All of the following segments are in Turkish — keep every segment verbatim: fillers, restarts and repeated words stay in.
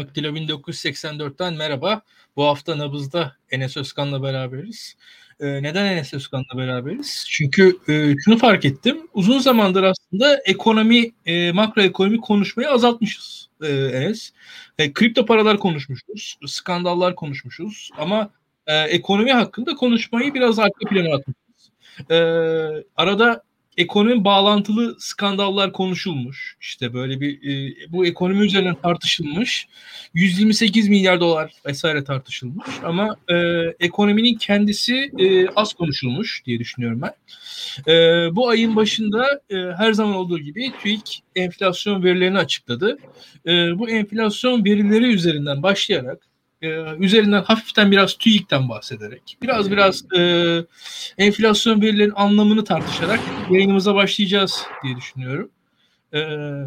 Daktilo bin dokuz yüz seksen dörtten merhaba. Bu hafta Nabız'da Enes Özkan'la beraberiz. Ee, neden Enes Özkan'la beraberiz? Çünkü e, şunu fark ettim. Uzun zamandır aslında ekonomi, e, makroekonomi konuşmayı azaltmışız e, Enes. E, kripto paralar konuşmuşuz, skandallar konuşmuşuz ama e, ekonomi hakkında konuşmayı biraz arka plana atmışız. E, arada ekonomi bağlantılı skandallar konuşulmuş. İşte böyle bir e, bu ekonomi üzerinden tartışılmış. yüz yirmi sekiz milyar dolar vesaire tartışılmış ama e, ekonominin kendisi e, az konuşulmuş diye düşünüyorum ben. E, bu ayın başında e, her zaman olduğu gibi TÜİK enflasyon verilerini açıkladı. E, bu enflasyon verileri üzerinden başlayarak e, üzerinden hafiften biraz TÜİK'ten bahsederek biraz biraz e, enflasyon verilerinin anlamını tartışarak yayınımıza başlayacağız diye düşünüyorum. E,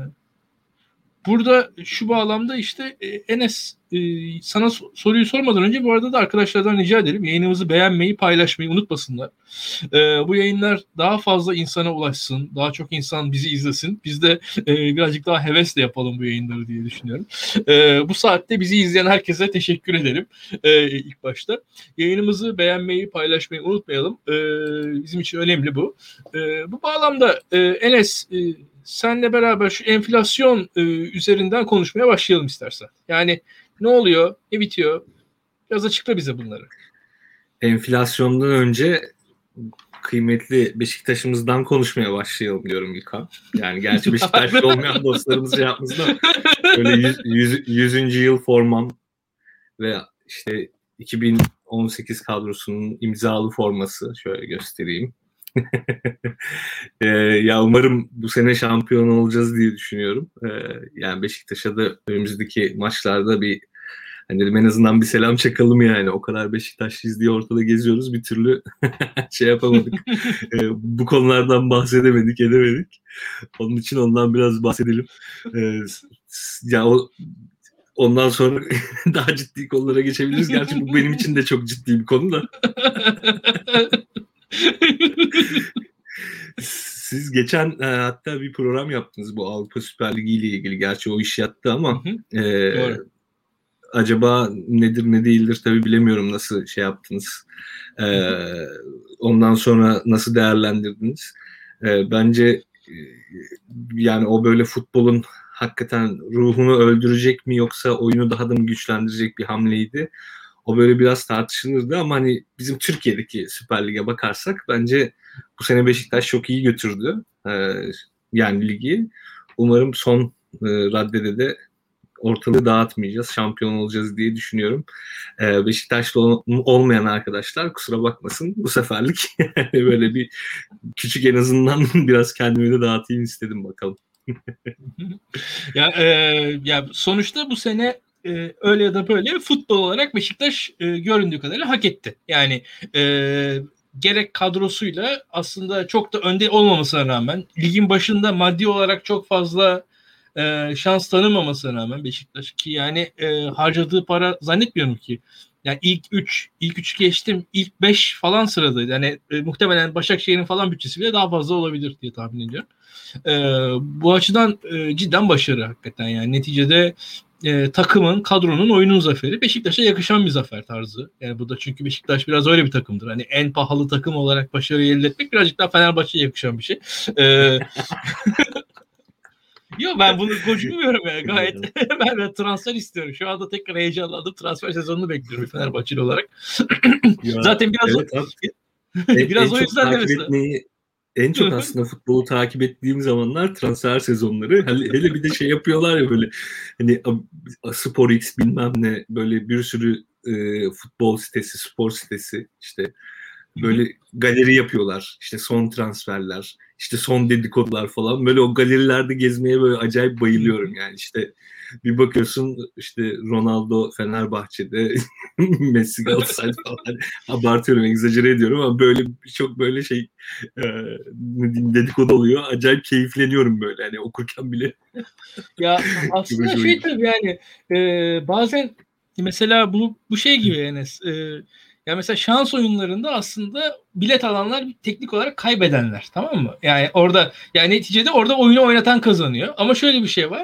Burada şu bağlamda işte Enes sana soruyu sormadan önce bu arada da arkadaşlardan rica edelim. Yayınımızı beğenmeyi, paylaşmayı unutmasınlar. Bu yayınlar daha fazla insana ulaşsın. Daha çok insan bizi izlesin. Biz de birazcık daha hevesle yapalım bu yayınları diye düşünüyorum. Bu saatte bizi izleyen herkese teşekkür edelim ilk başta. Yayınımızı beğenmeyi, paylaşmayı unutmayalım. Bizim için önemli bu. Bu bağlamda Enes, senle beraber şu enflasyon e, üzerinden konuşmaya başlayalım istersen. Yani ne oluyor, ne bitiyor? Biraz açıkla bize bunları. Enflasyondan önce kıymetli Beşiktaş'ımızdan konuşmaya başlayalım diyorum İlkan. Yani gerçi Beşiktaşlı olmayan dostlarımız şey yapmasın da böyle yüz, yüz, yüzüncü yıl formam ve işte iki bin on sekiz kadrosunun imzalı forması şöyle göstereyim. ee, ya umarım bu sene şampiyon olacağız diye düşünüyorum. Ee, yani Beşiktaş'a da önümüzdeki maçlarda bir hani en azından bir selam çakalım yani. O kadar Beşiktaşlıyız diye ortada geziyoruz. Bir türlü şey yapamadık. ee, bu konulardan bahsedemedik, edemedik. Onun için ondan biraz bahsedelim. Ee, ya o ondan sonra daha ciddi konulara geçebiliriz. Gerçi bu benim için de çok ciddi bir konu da. Siz geçen e, hatta bir program yaptınız bu Avrupa Süper Ligi ile ilgili. Gerçi o iş yattı ama hı hı. E, acaba nedir ne değildir tabii bilemiyorum nasıl şey yaptınız. E, ondan sonra nasıl değerlendirdiniz? E, bence e, yani o böyle futbolun hakikaten ruhunu öldürecek mi yoksa oyunu daha da mı güçlendirecek bir hamleydi? O böyle biraz tartışılırdı ama hani bizim Türkiye'deki Süper Lig'e bakarsak bence bu sene Beşiktaş çok iyi götürdü. Ee, yani ligi. Umarım son e, raddede de ortalığı dağıtmayacağız. Şampiyon olacağız diye düşünüyorum. Ee, Beşiktaşlı ol- olmayan arkadaşlar kusura bakmasın. Bu seferlik böyle bir küçük en azından biraz kendimi de dağıtayım istedim bakalım. ya, e, ya sonuçta bu sene e, öyle ya da böyle futbol olarak Beşiktaş e, göründüğü kadarıyla hak etti. Yani e, gerek kadrosuyla aslında çok da önde olmamasına rağmen ligin başında maddi olarak çok fazla e, şans tanımamasına rağmen Beşiktaş ki yani e, harcadığı para zannetmiyorum ki yani ilk üç, ilk üç geçtim, ilk beş falan sıradaydı. Yani e, muhtemelen Başakşehir'in falan bütçesi bile daha fazla olabilir diye tahmin ediyorum. E, bu açıdan e, cidden başarı hakikaten yani neticede e, takımın, kadronun, oyunun zaferi Beşiktaş'a yakışan bir zafer tarzı. Yani bu da çünkü Beşiktaş biraz öyle bir takımdır. Hani en pahalı takım olarak başarıyı elde etmek birazcık daha Fenerbahçe'ye yakışan bir şey. E, Yok ben bunu gocunmuyorum yani gayet ben de transfer istiyorum. Şu anda tekrar heyecanlandım. Transfer sezonunu bekliyorum Fenerbahçeli olarak. Ya, zaten biraz evet, o, en, biraz en o çok yüzden takip mesela. etmeyi en çok aslında futbolu takip ettiğim zamanlar transfer sezonları. Hele, hele bir de şey yapıyorlar ya böyle hani SporX bilmem ne böyle bir sürü e, futbol sitesi, spor sitesi işte böyle galeri yapıyorlar. İşte son transferler, işte son dedikodular falan. Böyle o galerilerde gezmeye böyle acayip bayılıyorum yani. İşte bir bakıyorsun işte Ronaldo Fenerbahçe'de, Messi Galatasaray'da falan. Abartıyorum, egzajere ediyorum ama böyle çok böyle şey e, dedikodu oluyor. Acayip keyifleniyorum böyle hani okurken bile. Ya aslında şey tabii yani e, bazen mesela bu bu şey gibi Enes. E, ya mesela şans oyunlarında aslında bilet alanlar teknik olarak kaybedenler, tamam mı? Yani orada yani neticede orada oyunu oynatan kazanıyor. Ama şöyle bir şey var.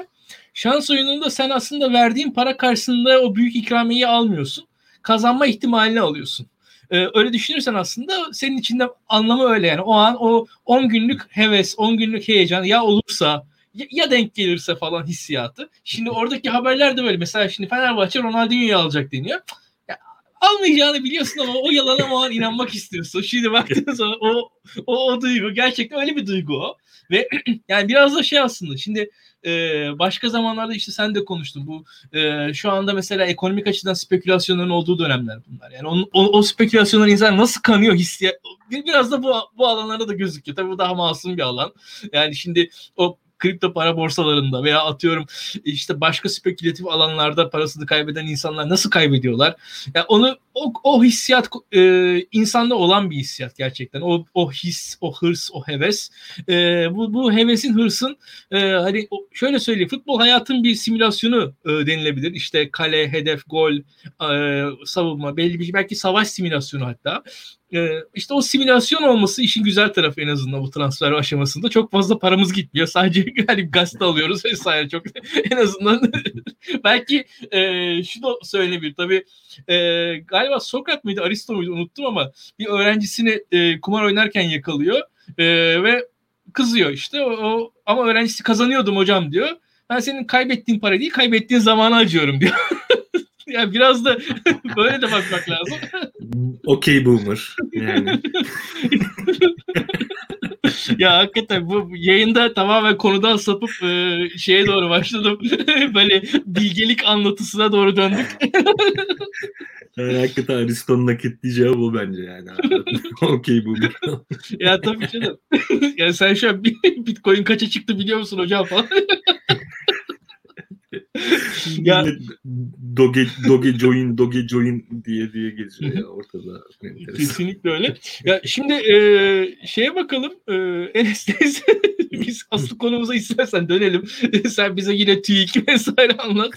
Şans oyununda sen aslında verdiğin para karşısında o büyük ikramiyeyi almıyorsun. Kazanma ihtimalini alıyorsun. Ee, öyle düşünürsen aslında senin için de anlamı öyle yani. O an o on günlük heves, on günlük heyecan ya olursa ya, ya denk gelirse falan hissiyatı. Şimdi oradaki haberler de böyle. Mesela şimdi Fenerbahçe Ronaldinho'yu alacak deniyor. Ya, almayacağını biliyorsun ama o yalana o an inanmak istiyorsun. Şimdi baktığın zaman o, o, o duygu gerçekten öyle bir duygu o. Ve yani biraz da şey aslında şimdi e, başka zamanlarda işte sen de konuştun bu e, şu anda mesela ekonomik açıdan spekülasyonların olduğu dönemler bunlar. Yani on, o, o spekülasyonlar insan nasıl kanıyor hissiyat biraz da bu bu alanlarda da gözüküyor. Tabii bu daha masum bir alan. Yani şimdi o kripto para borsalarında veya atıyorum işte başka spekülatif alanlarda parasını kaybeden insanlar nasıl kaybediyorlar? Yani onu o, o hissiyat e, insanda olan bir hissiyat gerçekten. O o his, o hırs, o heves. E, bu bu hevesin, hırsın e, hani şöyle söyleyeyim futbol hayatın bir simülasyonu e, denilebilir. İşte kale, hedef, gol, e, savunma, belli bir belki savaş simülasyonu hatta. Ee, işte o simülasyon olması işin güzel tarafı en azından bu transfer aşamasında. Çok fazla paramız gitmiyor. Sadece hani gazete alıyoruz vesaire. Çok en azından belki e, şu da söylenebilir. Tabii e, galiba Sokrat mıydı, Aristo muydu unuttum ama bir öğrencisini e, kumar oynarken yakalıyor e, ve kızıyor işte. O, o, ama öğrencisi kazanıyordum hocam diyor. Ben senin kaybettiğin para değil, kaybettiğin zamanı acıyorum diyor. Yani biraz da böyle de bakmak lazım. Okey boomer yani. Ya hakikaten bu yayında tamamen konudan sapıp e, şeye doğru başladım. Böyle bilgelik anlatısına doğru döndük. Yani hakikaten Aristo'nun nakitli cevabı bu bence yani. Okey boomer. Ya tabii canım. Ya sen şu an Bitcoin kaça çıktı biliyor musun hocam falan. Ya Doge Doge join Doge join diye diye geziyor ya ortada. Kesinlikle öyle. Ya şimdi e, şeye bakalım. E, Enes teyze biz asıl konumuza istersen dönelim. Sen bize yine TÜİK vesaire anlat.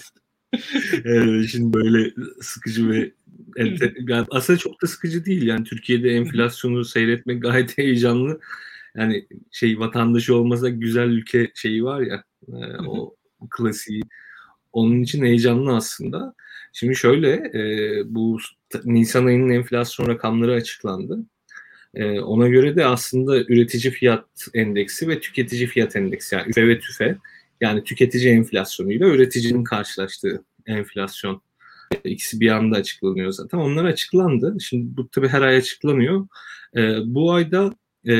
Evet, şimdi böyle sıkıcı ve ente, yani aslında çok da sıkıcı değil. Yani Türkiye'de enflasyonu seyretmek gayet heyecanlı. Yani şey vatandaşı olmasa güzel ülke şeyi var ya e, o klasiği. Onun için heyecanlı aslında. Şimdi şöyle e, bu Nisan ayının enflasyon rakamları açıklandı. E, ona göre de aslında üretici fiyat endeksi ve tüketici fiyat endeksi yani üfe ve tüfe yani tüketici enflasyonuyla üreticinin karşılaştığı enflasyon e, ikisi bir anda açıklanıyor zaten. Onlar açıklandı. Şimdi bu tabii her ay açıklanıyor. E, bu ayda e,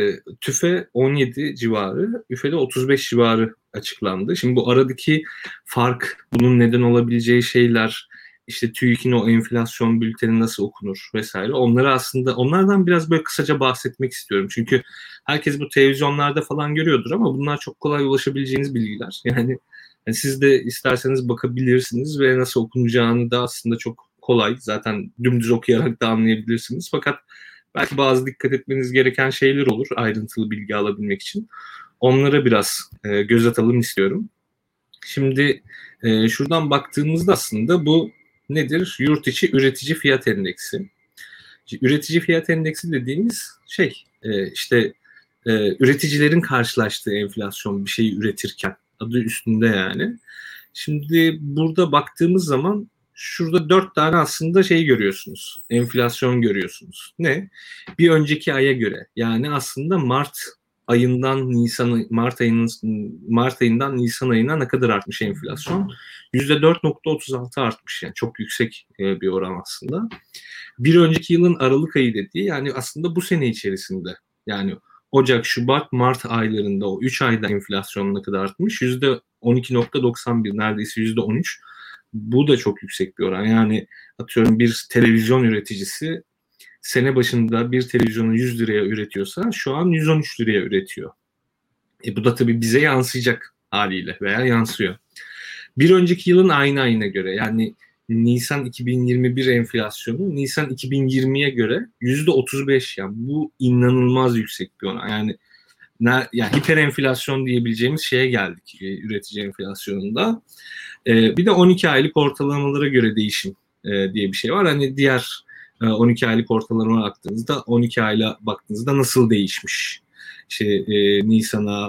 tüfe on yedi civarı, üfede otuz beş civarı açıklandı. Şimdi bu aradaki fark, bunun neden olabileceği şeyler, işte TÜİK'in o enflasyon bülteni nasıl okunur vesaire. Onları aslında onlardan biraz böyle kısaca bahsetmek istiyorum. Çünkü herkes bu televizyonlarda falan görüyordur ama bunlar çok kolay ulaşabileceğiniz bilgiler. Yani, yani siz de isterseniz bakabilirsiniz ve nasıl okunacağını da aslında çok kolay. Zaten dümdüz okuyarak da anlayabilirsiniz. Fakat belki bazı dikkat etmeniz gereken şeyler olur ayrıntılı bilgi alabilmek için. Onlara biraz e, göz atalım istiyorum. Şimdi e, şuradan baktığımızda aslında bu nedir? Yurt içi üretici fiyat endeksi. İşte üretici fiyat endeksi dediğimiz şey e, işte e, üreticilerin karşılaştığı enflasyon bir şeyi üretirken adı üstünde yani. Şimdi burada baktığımız zaman şurada dört tane aslında şey görüyorsunuz. Enflasyon görüyorsunuz. Ne? Bir önceki aya göre. Yani aslında Mart ayından Nisan Mart ayının Mart ayından Nisan ayına ne kadar artmış enflasyon? yüzde dört nokta otuz altı artmış yani çok yüksek bir oran aslında. Bir önceki yılın Aralık ayı dediği yani aslında bu sene içerisinde yani Ocak, Şubat, Mart aylarında o üç ayda enflasyon ne kadar artmış? yüzde on iki nokta doksan bir neredeyse yüzde on üç. Bu da çok yüksek bir oran. Yani atıyorum bir televizyon üreticisi sene başında bir televizyonu yüz liraya üretiyorsa şu an yüz on üç liraya üretiyor. E bu da tabii bize yansıyacak haliyle veya yansıyor. Bir önceki yılın aynı ayına göre yani Nisan iki bin yirmi bir enflasyonu Nisan iki bin yirmiye göre yüzde otuz beş yani bu inanılmaz yüksek bir oran. Yani ne, yani hiper enflasyon diyebileceğimiz şeye geldik e, üretici enflasyonunda. E, bir de on iki aylık ortalamalara göre değişim e, diye bir şey var. Hani diğer e, on iki aylık ortalama baktığınızda on iki ayla baktığınızda nasıl değişmiş? İşte e, Nisan'a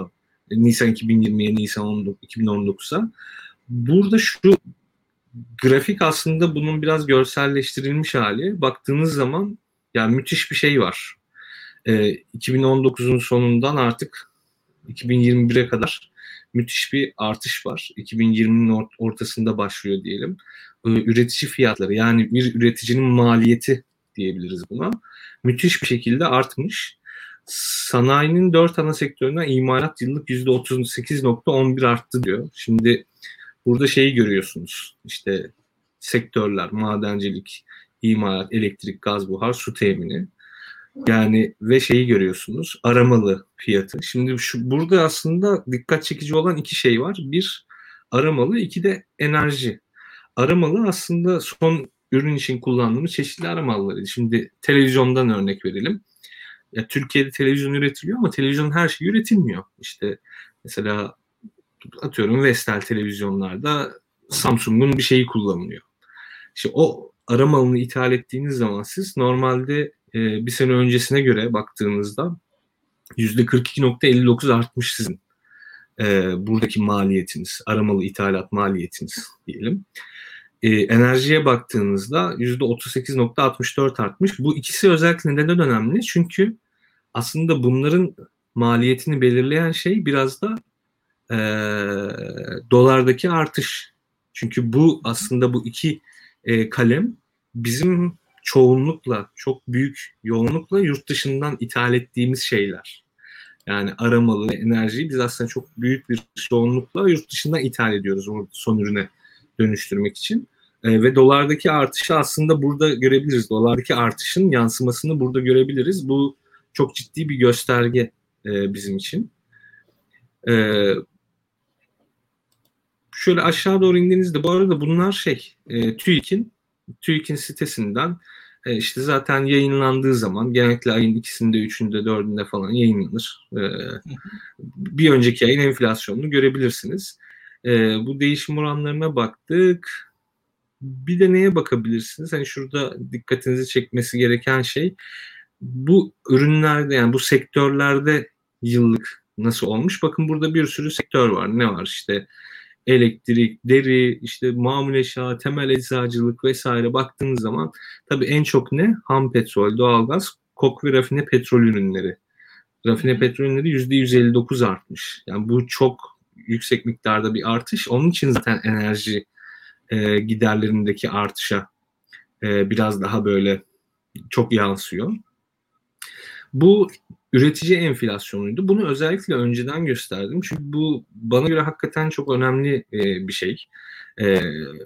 Nisan iki bin yirmiye, Nisan iki bin on dokuza. Burada şu grafik aslında bunun biraz görselleştirilmiş hali. Baktığınız zaman yani müthiş bir şey var. Ee, iki bin on dokuzun sonundan artık iki bin yirmi bire kadar müthiş bir artış var. iki bin yirminin ortasında başlıyor diyelim. Ee, üretici fiyatları, yani bir üreticinin maliyeti diyebiliriz buna, müthiş bir şekilde artmış. Sanayinin dört ana sektöründen imalat yıllık yüzde otuz sekiz nokta on bir arttı diyor. Şimdi burada şeyi görüyorsunuz. İşte sektörler, madencilik, imalat, elektrik, gaz, buhar, su temini. Yani ve şeyi görüyorsunuz, aramalı fiyatı. Şimdi şu burada aslında dikkat çekici olan iki şey var. Bir, aramalı, iki de enerji. Aramalı aslında son ürün için kullandığımız çeşitli aramalıları. Şimdi televizyondan örnek verelim. Ya Türkiye'de televizyon üretiliyor ama televizyonun her şeyi üretilmiyor. İşte mesela atıyorum Vestel televizyonlarda Samsung'un bir şeyi kullanılıyor. İşte o aramalını ithal ettiğiniz zaman siz normalde e, bir sene öncesine göre baktığınızda yüzde kırk iki nokta elli dokuz artmış sizin e, buradaki maliyetiniz, aramalı ithalat maliyetiniz diyelim. E, enerjiye baktığınızda yüzde otuz sekiz nokta altmış dört artmış. Bu ikisi özellikle neden önemli? Çünkü aslında bunların maliyetini belirleyen şey biraz da e, dolardaki artış. Çünkü bu aslında bu iki e, kalem bizim çoğunlukla, çok büyük yoğunlukla yurt dışından ithal ettiğimiz şeyler. Yani aramalı enerjiyi biz aslında çok büyük bir çoğunlukla yurt dışından ithal ediyoruz o son ürüne dönüştürmek için. E, ve dolardaki artışı aslında burada görebiliriz. Dolardaki artışın yansımasını burada görebiliriz. Bu çok ciddi bir gösterge e, bizim için. E, şöyle aşağı doğru indiğinizde, bu arada bunlar şey e, TÜİK'in TÜİK'in sitesinden e, işte zaten yayınlandığı zaman genellikle ayın ikisinde, üçünde, dördünde falan yayınlanır. E, bir önceki ayın enflasyonunu görebilirsiniz. E, bu değişim oranlarına baktık. Bir de neye bakabilirsiniz? Hani şurada dikkatinizi çekmesi gereken şey, bu ürünlerde, yani bu sektörlerde yıllık nasıl olmuş? Bakın burada bir sürü sektör var. Ne var? İşte elektrik, deri, işte mamul eşya, temel eczacılık vesaire baktığınız zaman tabii en çok ne? Ham petrol, doğalgaz, kok ve rafine petrol ürünleri. Rafine petrol ürünleri yüzde yüz elli dokuz artmış. Yani bu çok yüksek miktarda bir artış. Onun için zaten enerji e, giderlerindeki artışa e, biraz daha böyle çok yansıyor. Bu üretici enflasyonuydu. Bunu özellikle önceden gösterdim. Çünkü bu bana göre hakikaten çok önemli e, bir şey. E,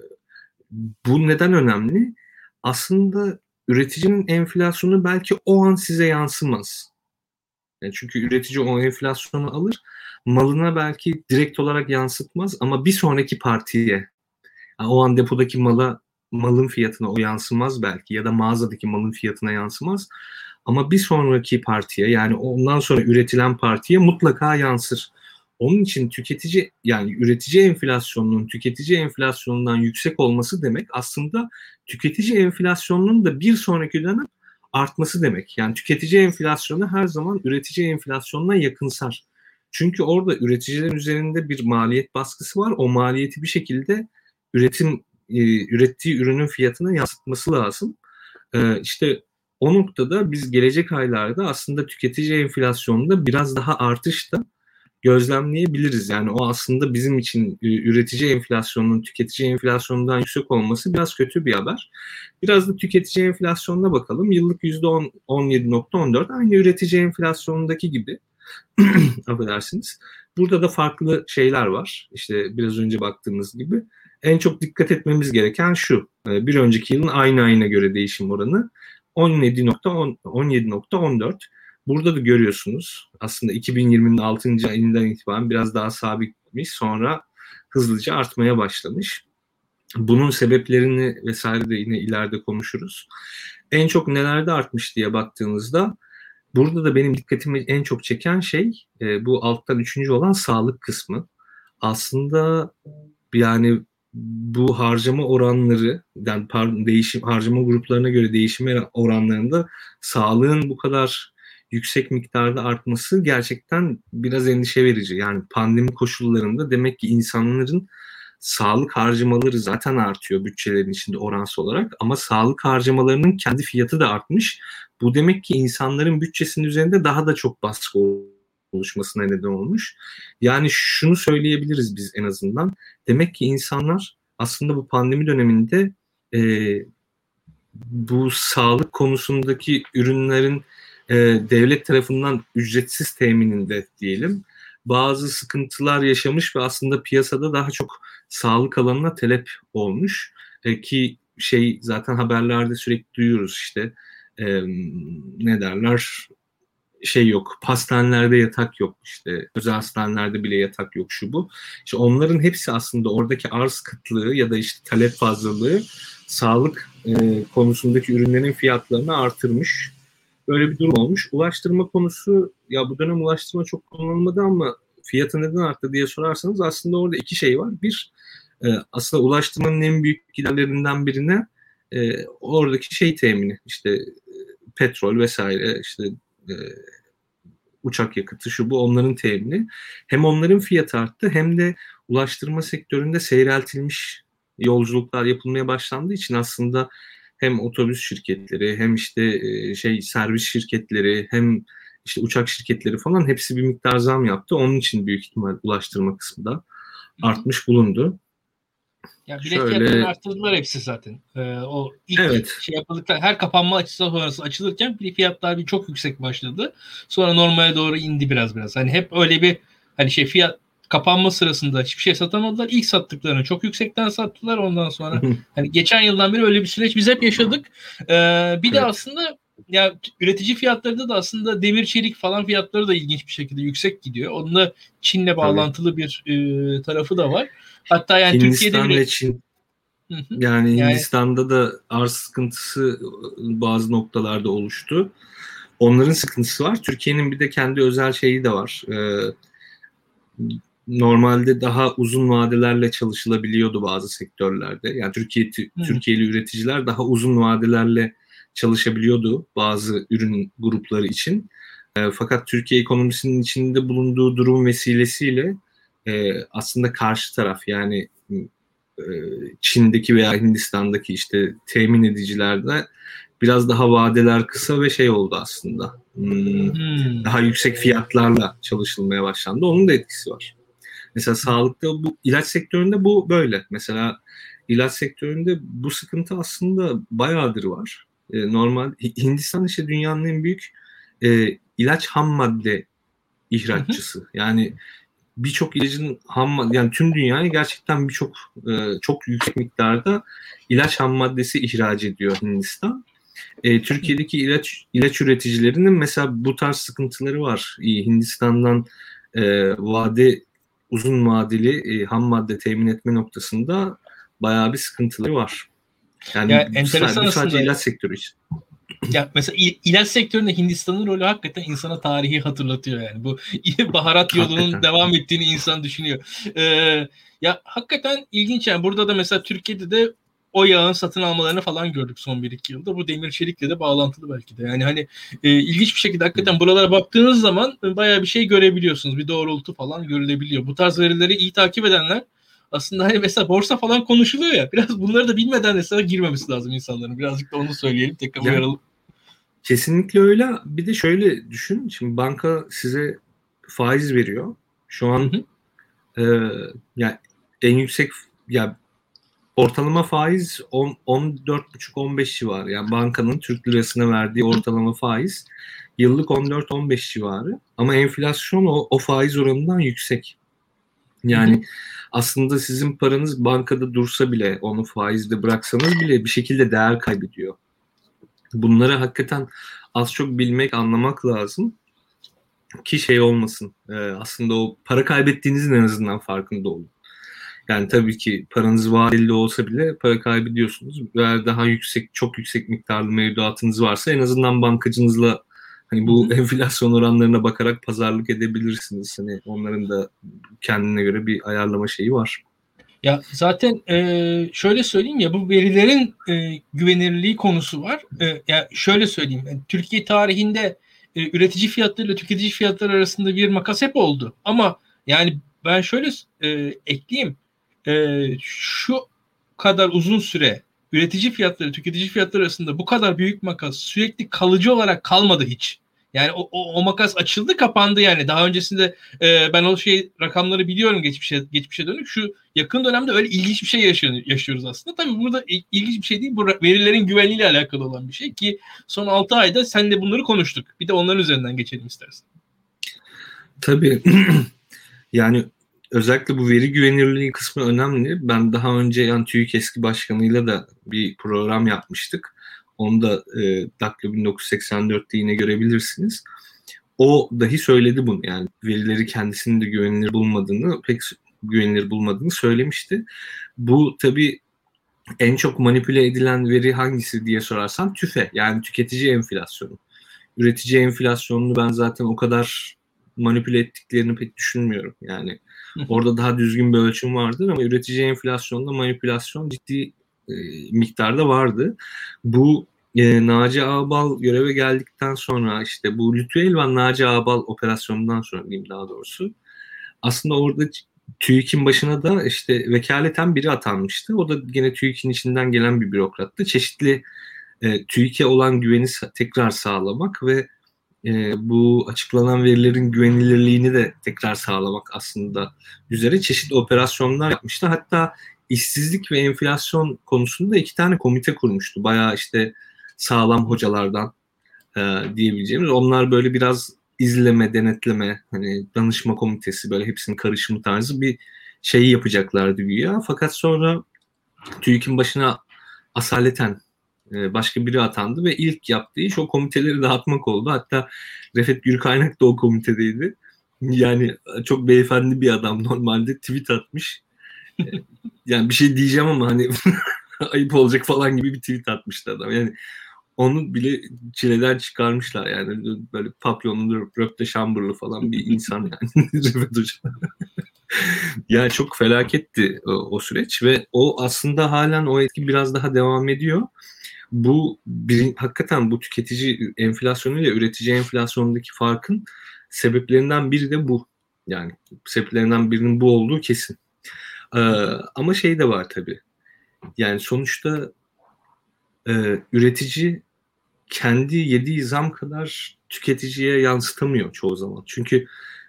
bu neden önemli? Aslında üreticinin enflasyonu belki o an size yansımaz. Yani çünkü üretici o enflasyonu alır, malına belki direkt olarak yansıtmaz ama bir sonraki partiye, yani o an depodaki mala, malın fiyatına o yansımaz belki, ya da mağazadaki malın fiyatına yansımaz. Ama bir sonraki partiye, yani ondan sonra üretilen partiye mutlaka yansır. Onun için tüketici, yani üretici enflasyonunun tüketici enflasyonundan yüksek olması demek aslında tüketici enflasyonunun da bir sonraki dönem artması demek. Yani tüketici enflasyonu her zaman üretici enflasyonuna yakınsar. Çünkü orada üreticilerin üzerinde bir maliyet baskısı var. O maliyeti bir şekilde üretim e, ürettiği ürünün fiyatına yansıtması lazım. E, işte o noktada biz gelecek aylarda aslında tüketici enflasyonunda biraz daha artış da gözlemleyebiliriz. Yani o aslında bizim için üretici enflasyonunun tüketici enflasyonundan yüksek olması biraz kötü bir haber. Biraz da tüketici enflasyonuna bakalım. Yıllık yüzde on yedi nokta on dört, aynı üretici enflasyonundaki gibi. Affedersiniz. Burada da farklı şeyler var. İşte biraz önce baktığımız gibi. En çok dikkat etmemiz gereken şu. Bir önceki yılın aynı ayına göre değişim oranı on yedi nokta on dört. Burada da görüyorsunuz aslında iki bin yirminin altıncı ayından itibaren biraz daha sabitmiş, sonra hızlıca artmaya başlamış. Bunun sebeplerini vesaire de yine ileride konuşuruz. En çok nelerde artmış diye baktığınızda burada da benim dikkatimi en çok çeken şey e, bu alttan üçüncü olan sağlık kısmı. Aslında yani bu harcama oranları, yani pardon, değişim harcama gruplarına göre değişim oranlarında sağlığın bu kadar yüksek miktarda artması gerçekten biraz endişe verici. Yani pandemi koşullarında demek ki insanların sağlık harcamaları zaten artıyor bütçelerin içinde oransal olarak, ama sağlık harcamalarının kendi fiyatı da artmış. Bu demek ki insanların bütçesinin üzerinde daha da çok baskı oluşmasına neden olmuş. Yani şunu söyleyebiliriz biz en azından. Demek ki insanlar aslında bu pandemi döneminde e, bu sağlık konusundaki ürünlerin e, devlet tarafından ücretsiz temininde diyelim bazı sıkıntılar yaşamış ve aslında piyasada daha çok sağlık alanına talep olmuş. E, ki şey zaten haberlerde sürekli duyuyoruz işte e, ne derler şey yok, hastanelerde yatak yok, işte özel hastanelerde bile yatak yok, şu bu. İşte onların hepsi aslında oradaki arz kıtlığı ya da işte talep fazlalığı sağlık e, konusundaki ürünlerin fiyatlarını artırmış. Böyle bir durum olmuş. Ulaştırma konusu, ya bu dönem ulaştırma çok kullanılmadı ama fiyatı neden arttı diye sorarsanız aslında orada iki şey var. Bir, e, aslında ulaştırmanın en büyük giderlerinden birine e, oradaki şey temini, işte e, petrol vesaire, işte e, uçak yakıtı, şu bu, onların temini. Hem onların fiyatı arttı hem de ulaştırma sektöründe seyreltilmiş yolculuklar yapılmaya başlandığı için aslında hem otobüs şirketleri hem işte şey servis şirketleri hem işte uçak şirketleri falan hepsi bir miktar zam yaptı. Onun için büyük ihtimal ulaştırma kısmı da artmış bulundu. Ya bilet Şöyle... fiyatlarını arttırdılar hepsi zaten. Ee, o ilk evet. şey yapıldıktan, her kapanma açısı sonrası açılırken fiyatlar bir çok yüksek başladı. Sonra normale doğru indi biraz biraz. Hani hep öyle bir hani şey fiyat kapanma sırasında hiçbir şey satamadılar. İlk sattıklarını çok yüksekten sattılar. Ondan sonra hani geçen yıldan beri öyle bir süreç biz hep yaşadık. Ee, bir evet. de aslında ya üretici fiyatlarında da aslında demir çelik falan fiyatları da ilginç bir şekilde yüksek gidiyor. Onun da Çin'le bağlantılı Tabii. bir e, tarafı da var. Hatta yani Hindistan Türkiye'de ve Çin yani, yani Hindistan'da da arz sıkıntısı bazı noktalarda oluştu. Onların sıkıntısı var. Türkiye'nin bir de kendi özel şeyi de var. Ee, normalde daha uzun vadelerle çalışılabiliyordu bazı sektörlerde. Yani Türkiye hmm. Türkiye'li üreticiler daha uzun vadelerle çalışabiliyordu bazı ürün grupları için. E, fakat Türkiye ekonomisinin içinde bulunduğu durum vesilesiyle e, aslında karşı taraf, yani e, Çin'deki veya Hindistan'daki işte temin edicilerde biraz daha vadeler kısa ve şey oldu aslında. Hmm, hmm. Daha yüksek fiyatlarla çalışılmaya başlandı. Onun da etkisi var. Mesela sağlıkta, bu ilaç sektöründe bu böyle. Mesela ilaç sektöründe bu sıkıntı aslında bayağıdır var. E, normal Hindistan işte dünyanın en büyük e, ilaç ham madde ihraççısı. Hı hı. Yani birçok ilacın ham madde, yani tüm dünyaya gerçekten birçok e, çok yüksek miktarda ilaç ham maddesi ihraç ediyor Hindistan. E, Türkiye'deki ilaç ilaç üreticilerinin mesela bu tarz sıkıntıları var. E, Hindistan'dan e, vade uzun vadeli e, ham madde temin etme noktasında bayağı bir sıkıntıları var. Yani ya, enteresan bu sadece aslında. ilaç sektörü için. Ya mesela ilaç sektöründe Hindistan'ın rolü hakikaten insana tarihi hatırlatıyor yani. Bu baharat yolunun hakikaten devam ettiğini insan düşünüyor. Ee, ya hakikaten ilginç yani. Burada da mesela Türkiye'de de o yağın satın almalarını falan gördük son bir iki yılda. Bu demir çelikle de bağlantılı belki de. Yani hani e, ilginç bir şekilde hakikaten buralara baktığınız zaman bayağı bir şey görebiliyorsunuz. Bir doğrultu falan görülebiliyor. Bu tarz verileri iyi takip edenler aslında hani mesela borsa falan konuşuluyor ya. Biraz bunları da bilmeden mesela girmemesi lazım insanların. Birazcık da onu söyleyelim. Tekrar yani, uyaralım. Kesinlikle öyle. Bir de şöyle düşün. Şimdi banka size faiz veriyor. Şu an e, yani en yüksek ya ortalama faiz on dört buçuk on beş civarı. Yani bankanın Türk lirasına verdiği ortalama faiz yıllık on dört on beş civarı. Ama enflasyon o, o faiz oranından yüksek. Yani hı hı. aslında sizin paranız bankada dursa bile, onu faizde bıraksanız bile bir şekilde değer kaybediyor. Bunları hakikaten az çok bilmek, anlamak lazım ki şey olmasın. Ee, aslında o para kaybettiğinizin en azından farkında olun. Yani tabii ki paranız vadeli olsa bile para kaybediyorsunuz. Eğer daha yüksek, çok yüksek miktarlı mevduatınız varsa en azından bankacınızla hani bu Hı-hı. enflasyon oranlarına bakarak pazarlık edebilirsiniz. Hani onların da kendine göre bir ayarlama şeyi var. Ya zaten e, şöyle söyleyeyim ya, bu verilerin e, güvenilirliği konusu var. E, ya şöyle söyleyeyim, yani Türkiye tarihinde e, üretici fiyatları ile tüketici fiyatları arasında bir makas hep oldu. Ama yani ben şöyle e, ekleyeyim. E, şu kadar uzun süre üretici fiyatları, tüketici fiyatları arasında bu kadar büyük makas sürekli kalıcı olarak kalmadı hiç. Yani o, o, o makas açıldı, kapandı yani. Daha öncesinde e, ben o şey rakamları biliyorum geçmişe geçmişe dönük. Şu yakın dönemde öyle ilginç bir şey yaşıyor, yaşıyoruz aslında. Tabii burada ilginç bir şey değil. Bu verilerin güvenliğiyle alakalı olan bir şey ki son altı ayda seninle bunları konuştuk. Bir de onların üzerinden geçelim istersen. Tabii. Yani özellikle bu veri güvenilirliği kısmı önemli. Ben daha önce yani TÜİK eski başkanıyla da bir program yapmıştık. Onu da e, Daktilo bin dokuz yüz seksen dörtte yine görebilirsiniz. O dahi söyledi bunu. Yani verileri kendisinin de güvenilir bulmadığını, pek güvenilir bulmadığını söylemişti. Bu tabii en çok manipüle edilen veri hangisi diye sorarsan TÜFE, yani tüketici enflasyonu. Üretici enflasyonunu ben zaten o kadar manipüle ettiklerini pek düşünmüyorum. Yani orada daha düzgün bir ölçüm vardır ama üretici enflasyonunda manipülasyon ciddi e, miktarda vardı. Bu e, Naci Ağbal göreve geldikten sonra, işte bu Lütfü Elvan Naci Ağbal operasyonundan sonra diyeyim daha doğrusu, aslında orada TÜİK'in başına da işte vekaleten biri atanmıştı. O da gene TÜİK'in içinden gelen bir bürokrattı. Çeşitli e, TÜİK'e olan güveni tekrar sağlamak ve e, bu açıklanan verilerin güvenilirliğini de tekrar sağlamak aslında üzere çeşitli operasyonlar yapmıştı. Hatta işsizlik ve enflasyon konusunda iki tane komite kurmuştu. Bayağı işte sağlam hocalardan e, diyebileceğimiz. Onlar böyle biraz izleme, denetleme, hani danışma komitesi, böyle hepsinin karışımı tarzı bir şeyi yapacaklardı güya. Fakat sonra TÜİK'in başına asaleten başka biri atandı ve ilk yaptığı iş o komiteleri dağıtmak oldu. Hatta Refet Gürkaynak da o komitedeydi. Yani çok beyefendi bir adam, normalde tweet atmış. Yani bir şey diyeceğim ama hani ayıp olacak falan gibi bir tweet atmıştı adam. Yani onu bile çileden çıkarmışlar yani. Böyle papyonlu, röpte şamburlu falan bir insan yani. Refet Hoca. Yani çok felaketti o, o süreç ve o aslında halen o etki biraz daha devam ediyor. Bu bir, hakikaten bu tüketici enflasyonu ile üretici enflasyonundaki farkın sebeplerinden biri de bu. Yani sebeplerinden birinin bu olduğu kesin. Ee, ama şey de var tabii. Yani sonuçta e, üretici kendi yediği zam kadar tüketiciye yansıtamıyor çoğu zaman. Çünkü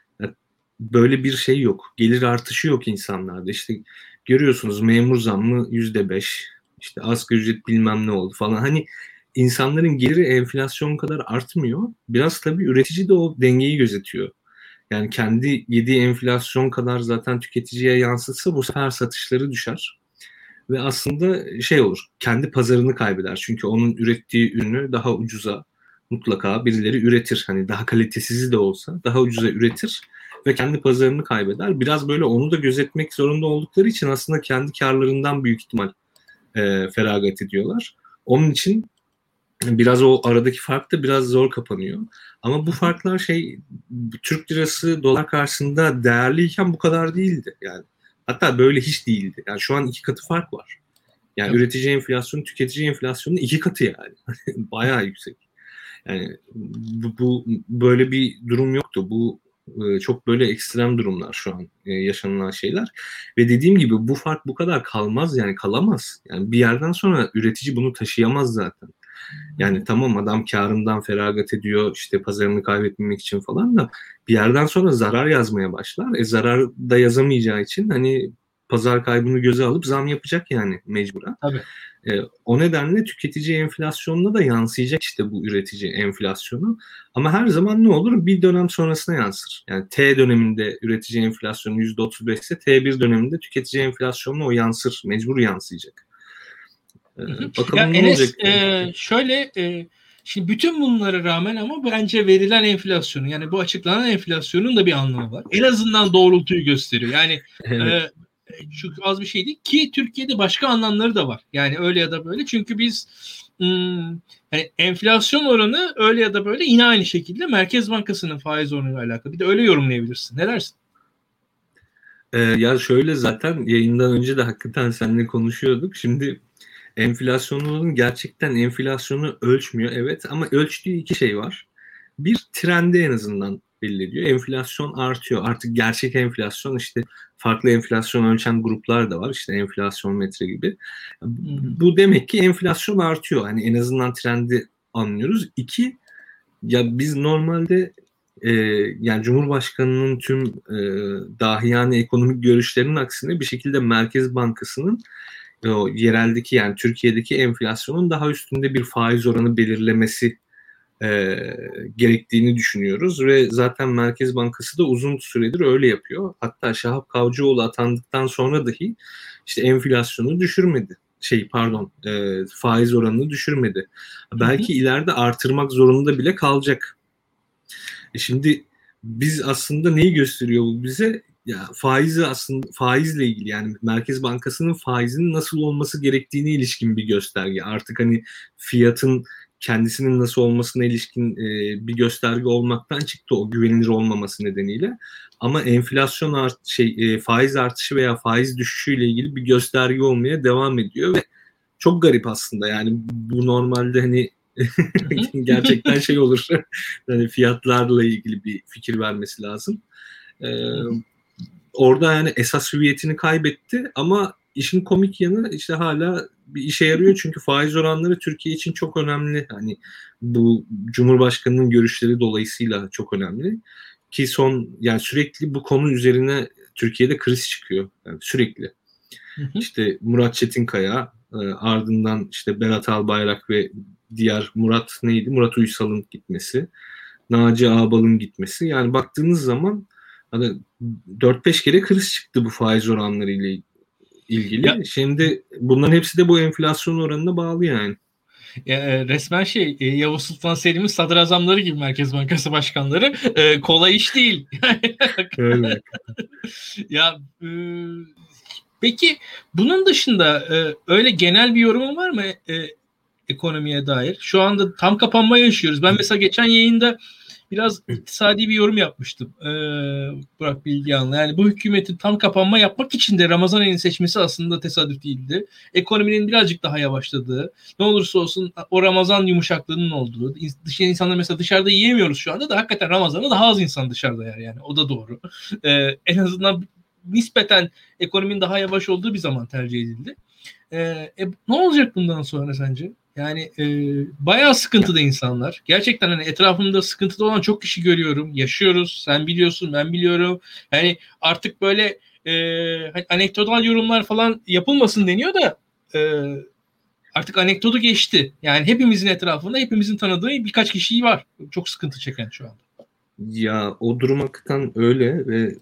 böyle bir şey yok. Gelir artışı yok insanlarda. İşte görüyorsunuz memur zammı yüzde beş, işte asgari ücret bilmem ne oldu falan. Hani insanların geliri enflasyon kadar artmıyor. Biraz tabii üretici de o dengeyi gözetiyor. Yani kendi yediği enflasyon kadar zaten tüketiciye yansıtsa bu sefer satışları düşer. Ve aslında şey olur, kendi pazarını kaybeder. Çünkü onun ürettiği ürünü daha ucuza mutlaka birileri üretir. Hani daha kalitesiz de olsa daha ucuza üretir ve kendi pazarını kaybeder. Biraz böyle onu da gözetmek zorunda oldukları için aslında kendi karlarından büyük ihtimal e, feragat ediyorlar. Onun için biraz o aradaki fark da biraz zor kapanıyor. Ama bu farklar şey, Türk lirası dolar karşısında değerliyken bu kadar değildi. Yani hatta böyle hiç değildi. Yani şu an iki katı fark var. Yani evet. Üretici enflasyonu, tüketici enflasyonun iki katı yani. Bayağı yüksek. Yani bu, bu böyle bir durum yoktu. Bu e, çok böyle ekstrem durumlar şu an e, yaşanılan şeyler. Ve dediğim gibi bu fark bu kadar kalmaz, yani kalamaz. Yani bir yerden sonra üretici bunu taşıyamaz zaten. Yani tamam, adam karından feragat ediyor işte pazarını kaybetmemek için falan da bir yerden sonra zarar yazmaya başlar. E zarar da yazamayacağı için hani pazar kaybını göze alıp zam yapacak yani mecburen. Tabii. E, o nedenle tüketici enflasyonuna da yansıyacak işte bu üretici enflasyonu. Ama her zaman ne olur? Bir dönem sonrasına yansır. Yani T döneminde üretici enflasyonu yüzde otuz beş ise T bir döneminde tüketici enflasyonuna o yansır. Mecbur yansıyacak. E, bakalım ya ne Enes, olacak? E, şöyle e, şimdi bütün bunlara rağmen ama bence verilen enflasyonu, yani bu açıklanan enflasyonun da bir anlamı var. En azından doğrultuyu gösteriyor. Yani Evet. e, çünkü az bir şey değil ki Türkiye'de başka anlamları da var. Yani öyle ya da böyle. Çünkü biz ım, hani enflasyon oranı öyle ya da böyle yine aynı şekilde Merkez Bankası'nın faiz oranıyla alakalı. Bir de öyle yorumlayabilirsin. Ne dersin? Ee, ya şöyle, zaten yayından önce de hakikaten seninle konuşuyorduk. Şimdi enflasyonun gerçekten enflasyonu ölçmüyor, evet, ama ölçtüğü iki şey var. bir trendi en azından belli ediyor. Enflasyon artıyor. Artık gerçek enflasyon, işte farklı enflasyon ölçen gruplar da var. İşte enflasyon metre gibi. Bu demek ki enflasyon artıyor. Hani en azından trendi anlıyoruz. İki, ya biz normalde e, yani Cumhurbaşkanı'nın tüm e, dahiyane ekonomik görüşlerinin aksine bir şekilde Merkez Bankası'nın o yereldeki, yani Türkiye'deki enflasyonun daha üstünde bir faiz oranı belirlemesi e, gerektiğini düşünüyoruz ve zaten Merkez Bankası da uzun süredir öyle yapıyor. Hatta Şahap Kavcıoğlu atandıktan sonra dahi işte enflasyonu düşürmedi. Şey pardon e, faiz oranını düşürmedi. Belki hı hı. ileride artırmak zorunda bile kalacak. E şimdi biz aslında neyi gösteriyor bu bize? Ya faizi aslında faizle ilgili, yani Merkez Bankası'nın faizinin nasıl olması gerektiğine ilişkin bir gösterge. Artık hani fiyatın kendisinin nasıl olmasına ilişkin e, bir gösterge olmaktan çıktı o güvenilir olmaması nedeniyle. Ama enflasyon art şey e, faiz artışı veya faiz düşüşüyle ilgili bir gösterge olmaya devam ediyor ve çok garip aslında. Yani bu normalde hani gerçekten şey olur. Yani fiyatlarla ilgili bir fikir vermesi lazım. Ee, orada yani esas hüviyetini kaybetti ama işin komik yanı işte hala bir işe yarıyor çünkü faiz oranları Türkiye için çok önemli. Hani bu Cumhurbaşkanı'nın görüşleri dolayısıyla çok önemli. Ki son yani sürekli bu konu üzerine Türkiye'de kriz çıkıyor. Yani sürekli. Hı hı. İşte Murat Çetinkaya, ardından işte Berat Albayrak ve diğer Murat neydi? Murat Uysal'ın gitmesi, Naci Ağbal'ın gitmesi. Yani baktığınız zaman hani dört beş kere kriz çıktı bu faiz oranları ile ilgili. Ya, şimdi bunların hepsi de bu enflasyon oranına bağlı yani. Ya, resmen şey Yavuz Sultan Selim'in sadrazamları gibi Merkez Bankası başkanları. E, kolay iş değil. Öyle. Ya e, peki bunun dışında e, öyle genel bir yorumun var mı e, ekonomiye dair? Şu anda tam kapanma yaşıyoruz. Ben mesela geçen yayında biraz iktisadi bir yorum yapmıştım. Ee, Burak Bilgehan'la. Yani bu hükümetin tam kapanma yapmak için de Ramazan ayını seçmesi aslında tesadüf değildi. Ekonominin birazcık daha yavaşladığı, ne olursa olsun o Ramazan yumuşaklığının olduğu, dışarı insanlar mesela dışarıda yiyemiyoruz şu anda da hakikaten Ramazan'da daha az insan dışarıda yer yani. O da doğru. Ee, en azından nispeten ekonominin daha yavaş olduğu bir zaman tercih edildi. Ee, e, ne olacak bundan sonra sence? Yani e, bayağı sıkıntıda insanlar. Gerçekten hani etrafımda sıkıntıda olan çok kişi görüyorum. Yaşıyoruz. Sen biliyorsun, ben biliyorum. Yani artık böyle e, hani anekdotal yorumlar falan yapılmasın deniyor da e, artık anekdotu geçti. Yani hepimizin etrafında, hepimizin tanıdığı birkaç kişi var. Çok sıkıntı çeken şu anda. Ya o durum hakikaten öyle ve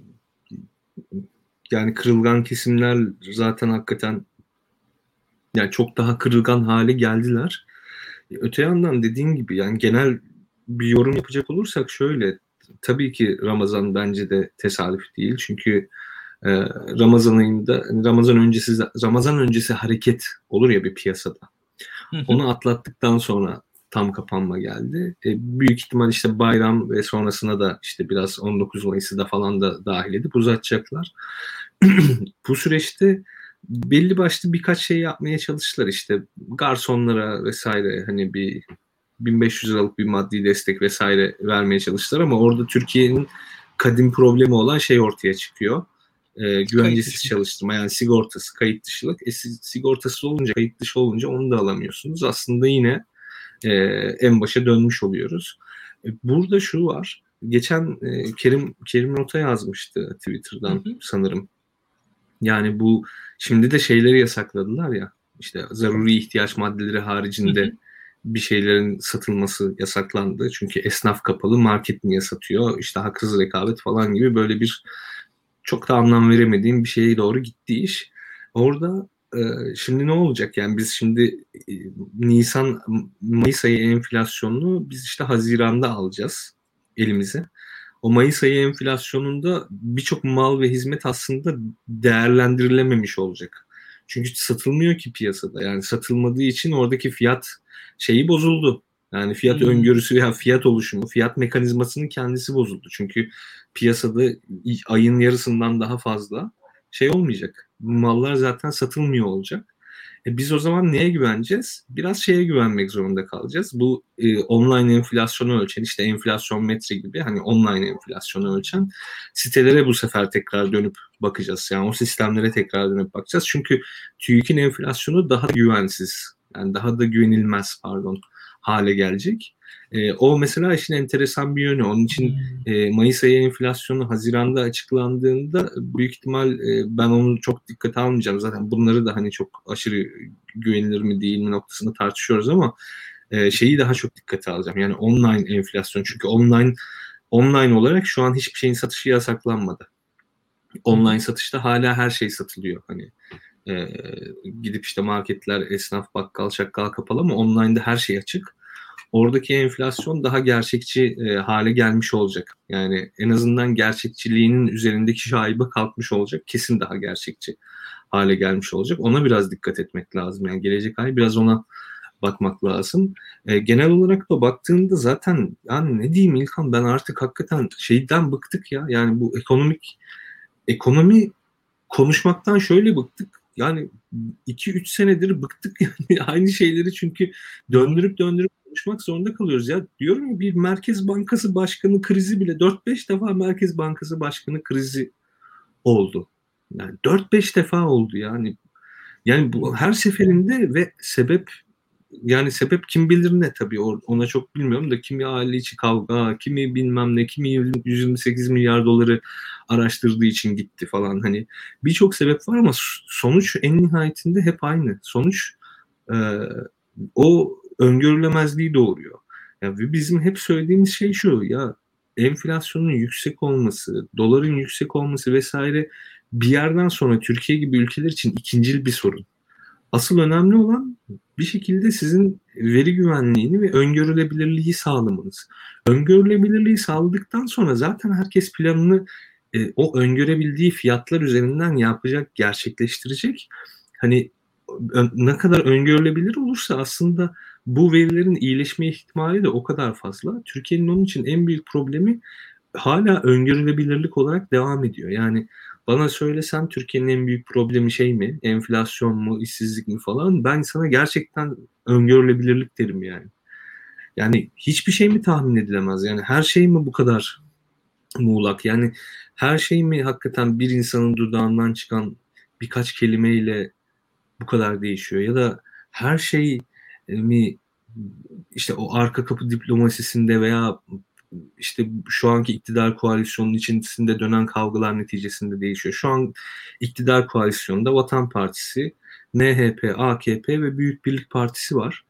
yani kırılgan kesimler zaten hakikaten yani çok daha kırılgan hale geldiler. Öte yandan dediğin gibi yani genel bir yorum yapacak olursak şöyle, tabii ki Ramazan bence de tesadüf değil. Çünkü e, Ramazan ayında Ramazan öncesi Ramazan öncesi hareket olur ya bir piyasada. Hı hı. Onu atlattıktan sonra tam kapanma geldi. E, büyük ihtimal işte bayram ve sonrasına da işte biraz on dokuz Mayıs'ı da falan da dahil edip uzatacaklar. Bu süreçte belli başlı birkaç şey yapmaya çalıştılar, işte garsonlara vesaire hani bir bin beş yüz liralık bir maddi destek vesaire vermeye çalıştılar ama orada Türkiye'nin kadim problemi olan şey ortaya çıkıyor. Ee, güvencesiz çalıştırma, yani sigortası, kayıt dışılık. E, sigortası olunca, kayıt dışı olunca onu da alamıyorsunuz. Aslında yine e, en başa dönmüş oluyoruz. E, burada şu var. Geçen e, Kerim Kerim Nota yazmıştı Twitter'dan, hı hı. sanırım. Yani bu şimdi de şeyleri yasakladılar ya, işte zaruri ihtiyaç maddeleri haricinde hı hı. bir şeylerin satılması yasaklandı. Çünkü esnaf kapalı, market niye satıyor, işte haksız rekabet falan gibi böyle bir çok da anlam veremediğim bir şeye doğru gitti iş. Orada e, şimdi ne olacak? Yani biz şimdi e, Nisan Mayıs ayı enflasyonunu biz işte Haziran'da alacağız elimize. O Mayıs ayı enflasyonunda birçok mal ve hizmet aslında değerlendirilememiş olacak. Çünkü satılmıyor ki piyasada. Yani satılmadığı için oradaki fiyat şeyi bozuldu. Yani fiyat hmm. öngörüsü veya fiyat oluşumu, fiyat mekanizmasının kendisi bozuldu. Çünkü piyasada ayın yarısından daha fazla şey olmayacak. Bu mallar zaten satılmıyor olacak. E biz o zaman neye güveneceğiz? Biraz şeye güvenmek zorunda kalacağız. Bu e, online enflasyonu ölçen, işte enflasyon metre gibi hani online enflasyonu ölçen sitelere bu sefer tekrar dönüp bakacağız. Yani o sistemlere tekrar dönüp bakacağız. Çünkü TÜİK'in enflasyonu daha güvensiz, yani daha da güvenilmez pardon hale gelecek. E, o mesela işin enteresan bir yönü. Onun için e, Mayıs ayı enflasyonu Haziran'da açıklandığında büyük ihtimal e, ben onu çok dikkate almayacağım. Zaten bunları da hani çok aşırı güvenilir mi değil mi noktasında tartışıyoruz ama e, şeyi daha çok dikkate alacağım. Yani online enflasyon. Çünkü online online olarak şu an hiçbir şeyin satışı yasaklanmadı. Online satışta hala her şey satılıyor. Hani e, gidip işte marketler, esnaf, bakkal, çakkal kapalı ama online'da her şey açık. Oradaki enflasyon daha gerçekçi e, hale gelmiş olacak. Yani en azından gerçekçiliğinin üzerindeki şaibe kalkmış olacak. Kesin daha gerçekçi hale gelmiş olacak. Ona biraz dikkat etmek lazım. Yani gelecek ay biraz ona bakmak lazım. E, genel olarak da baktığında zaten yani ne diyeyim İlkan, ben artık hakikaten şeyden bıktık ya. Yani bu ekonomik ekonomi konuşmaktan şöyle bıktık. Yani iki üç senedir bıktık yani aynı şeyleri çünkü döndürüp döndürüp konuşmak zorunda kalıyoruz. Ya diyorum ya, bir Merkez Bankası Başkanı krizi bile dört beş defa Merkez Bankası Başkanı krizi oldu. Yani dört beş defa oldu yani. Yani bu her seferinde ve sebep, yani sebep kim bilir ne, tabii ona çok bilmiyorum da kimi aile içi kavga, kimi bilmem ne, kimi yüz yirmi sekiz milyar doları araştırdığı için gitti falan, hani birçok sebep var ama sonuç en nihayetinde hep aynı. Sonuç e, o öngörülemezliği doğuruyor. Yani bizim hep söylediğimiz şey şu ya, enflasyonun yüksek olması, doların yüksek olması vesaire bir yerden sonra Türkiye gibi ülkeler için ikincil bir sorun. Asıl önemli olan bir şekilde sizin veri güvenliğini ve öngörülebilirliği sağlamanız. Öngörülebilirliği sağladıktan sonra zaten herkes planını e, o öngörebildiği fiyatlar üzerinden yapacak, gerçekleştirecek. Hani ne kadar öngörülebilir olursa aslında bu verilerin iyileşme ihtimali de o kadar fazla. Türkiye'nin onun için en büyük problemi hala öngörülebilirlik olarak devam ediyor. Yani bana söylesen Türkiye'nin en büyük problemi şey mi? Enflasyon mu, işsizlik mi falan? Ben sana gerçekten öngörülebilirlik derim yani. Yani hiçbir şey mi tahmin edilemez? Yani her şey mi bu kadar muğlak? Yani her şey mi hakikaten bir insanın dudağından çıkan birkaç kelimeyle bu kadar değişiyor? Ya da her şey mi işte o arka kapı diplomasisinde veya işte şu anki iktidar koalisyonunun içerisinde dönen kavgalar neticesinde değişiyor. Şu an iktidar koalisyonunda Vatan Partisi, M H P, A K P ve Büyük Birlik Partisi var.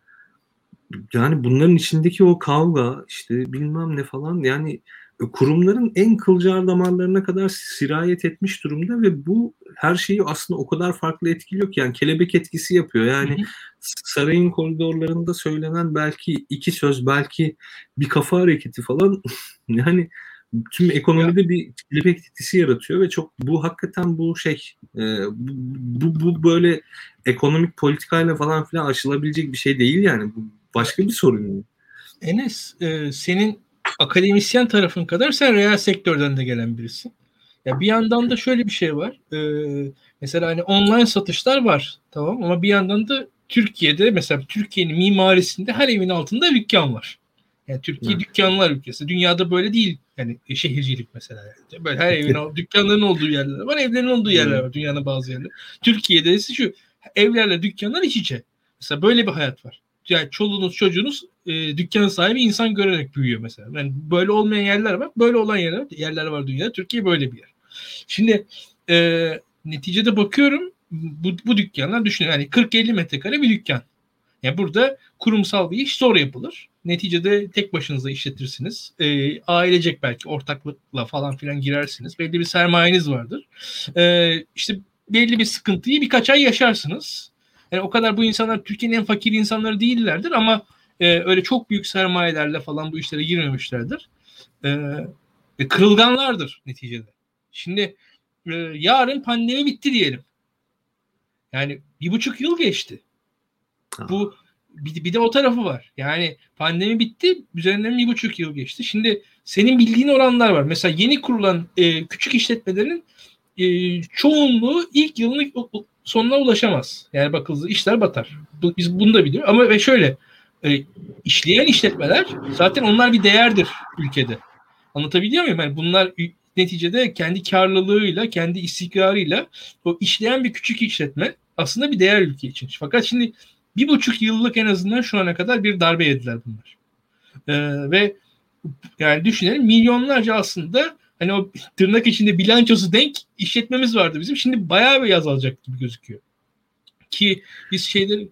Yani bunların içindeki o kavga işte bilmem ne falan, yani kurumların en kılcal damarlarına kadar sirayet etmiş durumda ve bu her şeyi aslında o kadar farklı etkiliyor ki, yani kelebek etkisi yapıyor. Yani hı hı. Sarayın koridorlarında söylenen belki iki söz, belki bir kafa hareketi falan yani tüm ekonomide ya, bir kelebek etkisi yaratıyor ve çok bu hakikaten bu şey e, bu, bu, bu böyle ekonomik politikayla falan filan aşılabilecek bir şey değil yani. Bu başka bir sorun. Enes, e, senin akademisyen tarafın kadar sen reel sektörden de gelen birisin. Ya bir yandan da şöyle bir şey var. E, mesela hani online satışlar var, tamam, ama bir yandan da Türkiye'de mesela Türkiye'nin mimarisinde her evin altında dükkan var. Yani Türkiye evet. Dükkanlar ülkesi. Dünyada böyle değil. Yani şehircilik mesela. Yani. Böyle her evin dükkanların olduğu yerler var, evlerin olduğu yerler var. Dünyanın bazı yerleri. Türkiye'de ise şu, evlerle dükkanlar iç içe. Mesela böyle bir hayat var. Yani çoluğunuz çocuğunuz e, dükkan sahibi insan görerek büyüyor mesela. Yani böyle olmayan yerler var. Böyle olan yerler, yerler var dünyada. Türkiye böyle bir yer. Şimdi e, neticede bakıyorum bu, bu dükkanlar, düşünün yani kırk elli metrekare bir dükkan. Yani burada kurumsal bir iş zor yapılır. Neticede tek başınıza işletirsiniz. E, ailecek belki ortaklıkla falan filan girersiniz. Belli bir sermayeniz vardır. E, işte belli bir sıkıntıyı birkaç ay yaşarsınız. Yani o kadar bu insanlar Türkiye'nin en fakir insanları değillerdir ama e, öyle çok büyük sermayelerle falan bu işlere girmemişlerdir. E, kırılganlardır neticede. Şimdi e, yarın pandemi bitti diyelim. Yani bir buçuk yıl geçti. Bu bir, bir de o tarafı var. Yani pandemi bitti, üzerinden bir buçuk yıl geçti. Şimdi senin bildiğin oranlar var. Mesela yeni kurulan e, küçük işletmelerin e, çoğunluğu ilk yılını sonuna ulaşamaz. Yani bakıldığı işler batar. Bu, biz bunu da biliyoruz. Ama ve şöyle e, işleyen işletmeler zaten onlar bir değerdir ülkede. Anlatabiliyor muyum? Yani bunlar neticede kendi karlılığıyla, kendi istikrarıyla o işleyen bir küçük işletme aslında bir değer ülke için. Fakat şimdi bir buçuk yıllık en azından şu ana kadar bir darbe yediler bunlar. Ee, ve yani düşünelim milyonlarca aslında hani o tırnak içinde bilançosu denk işletmemiz vardı bizim. Şimdi bayağı bir azalacak gibi gözüküyor. Ki biz şeyleri...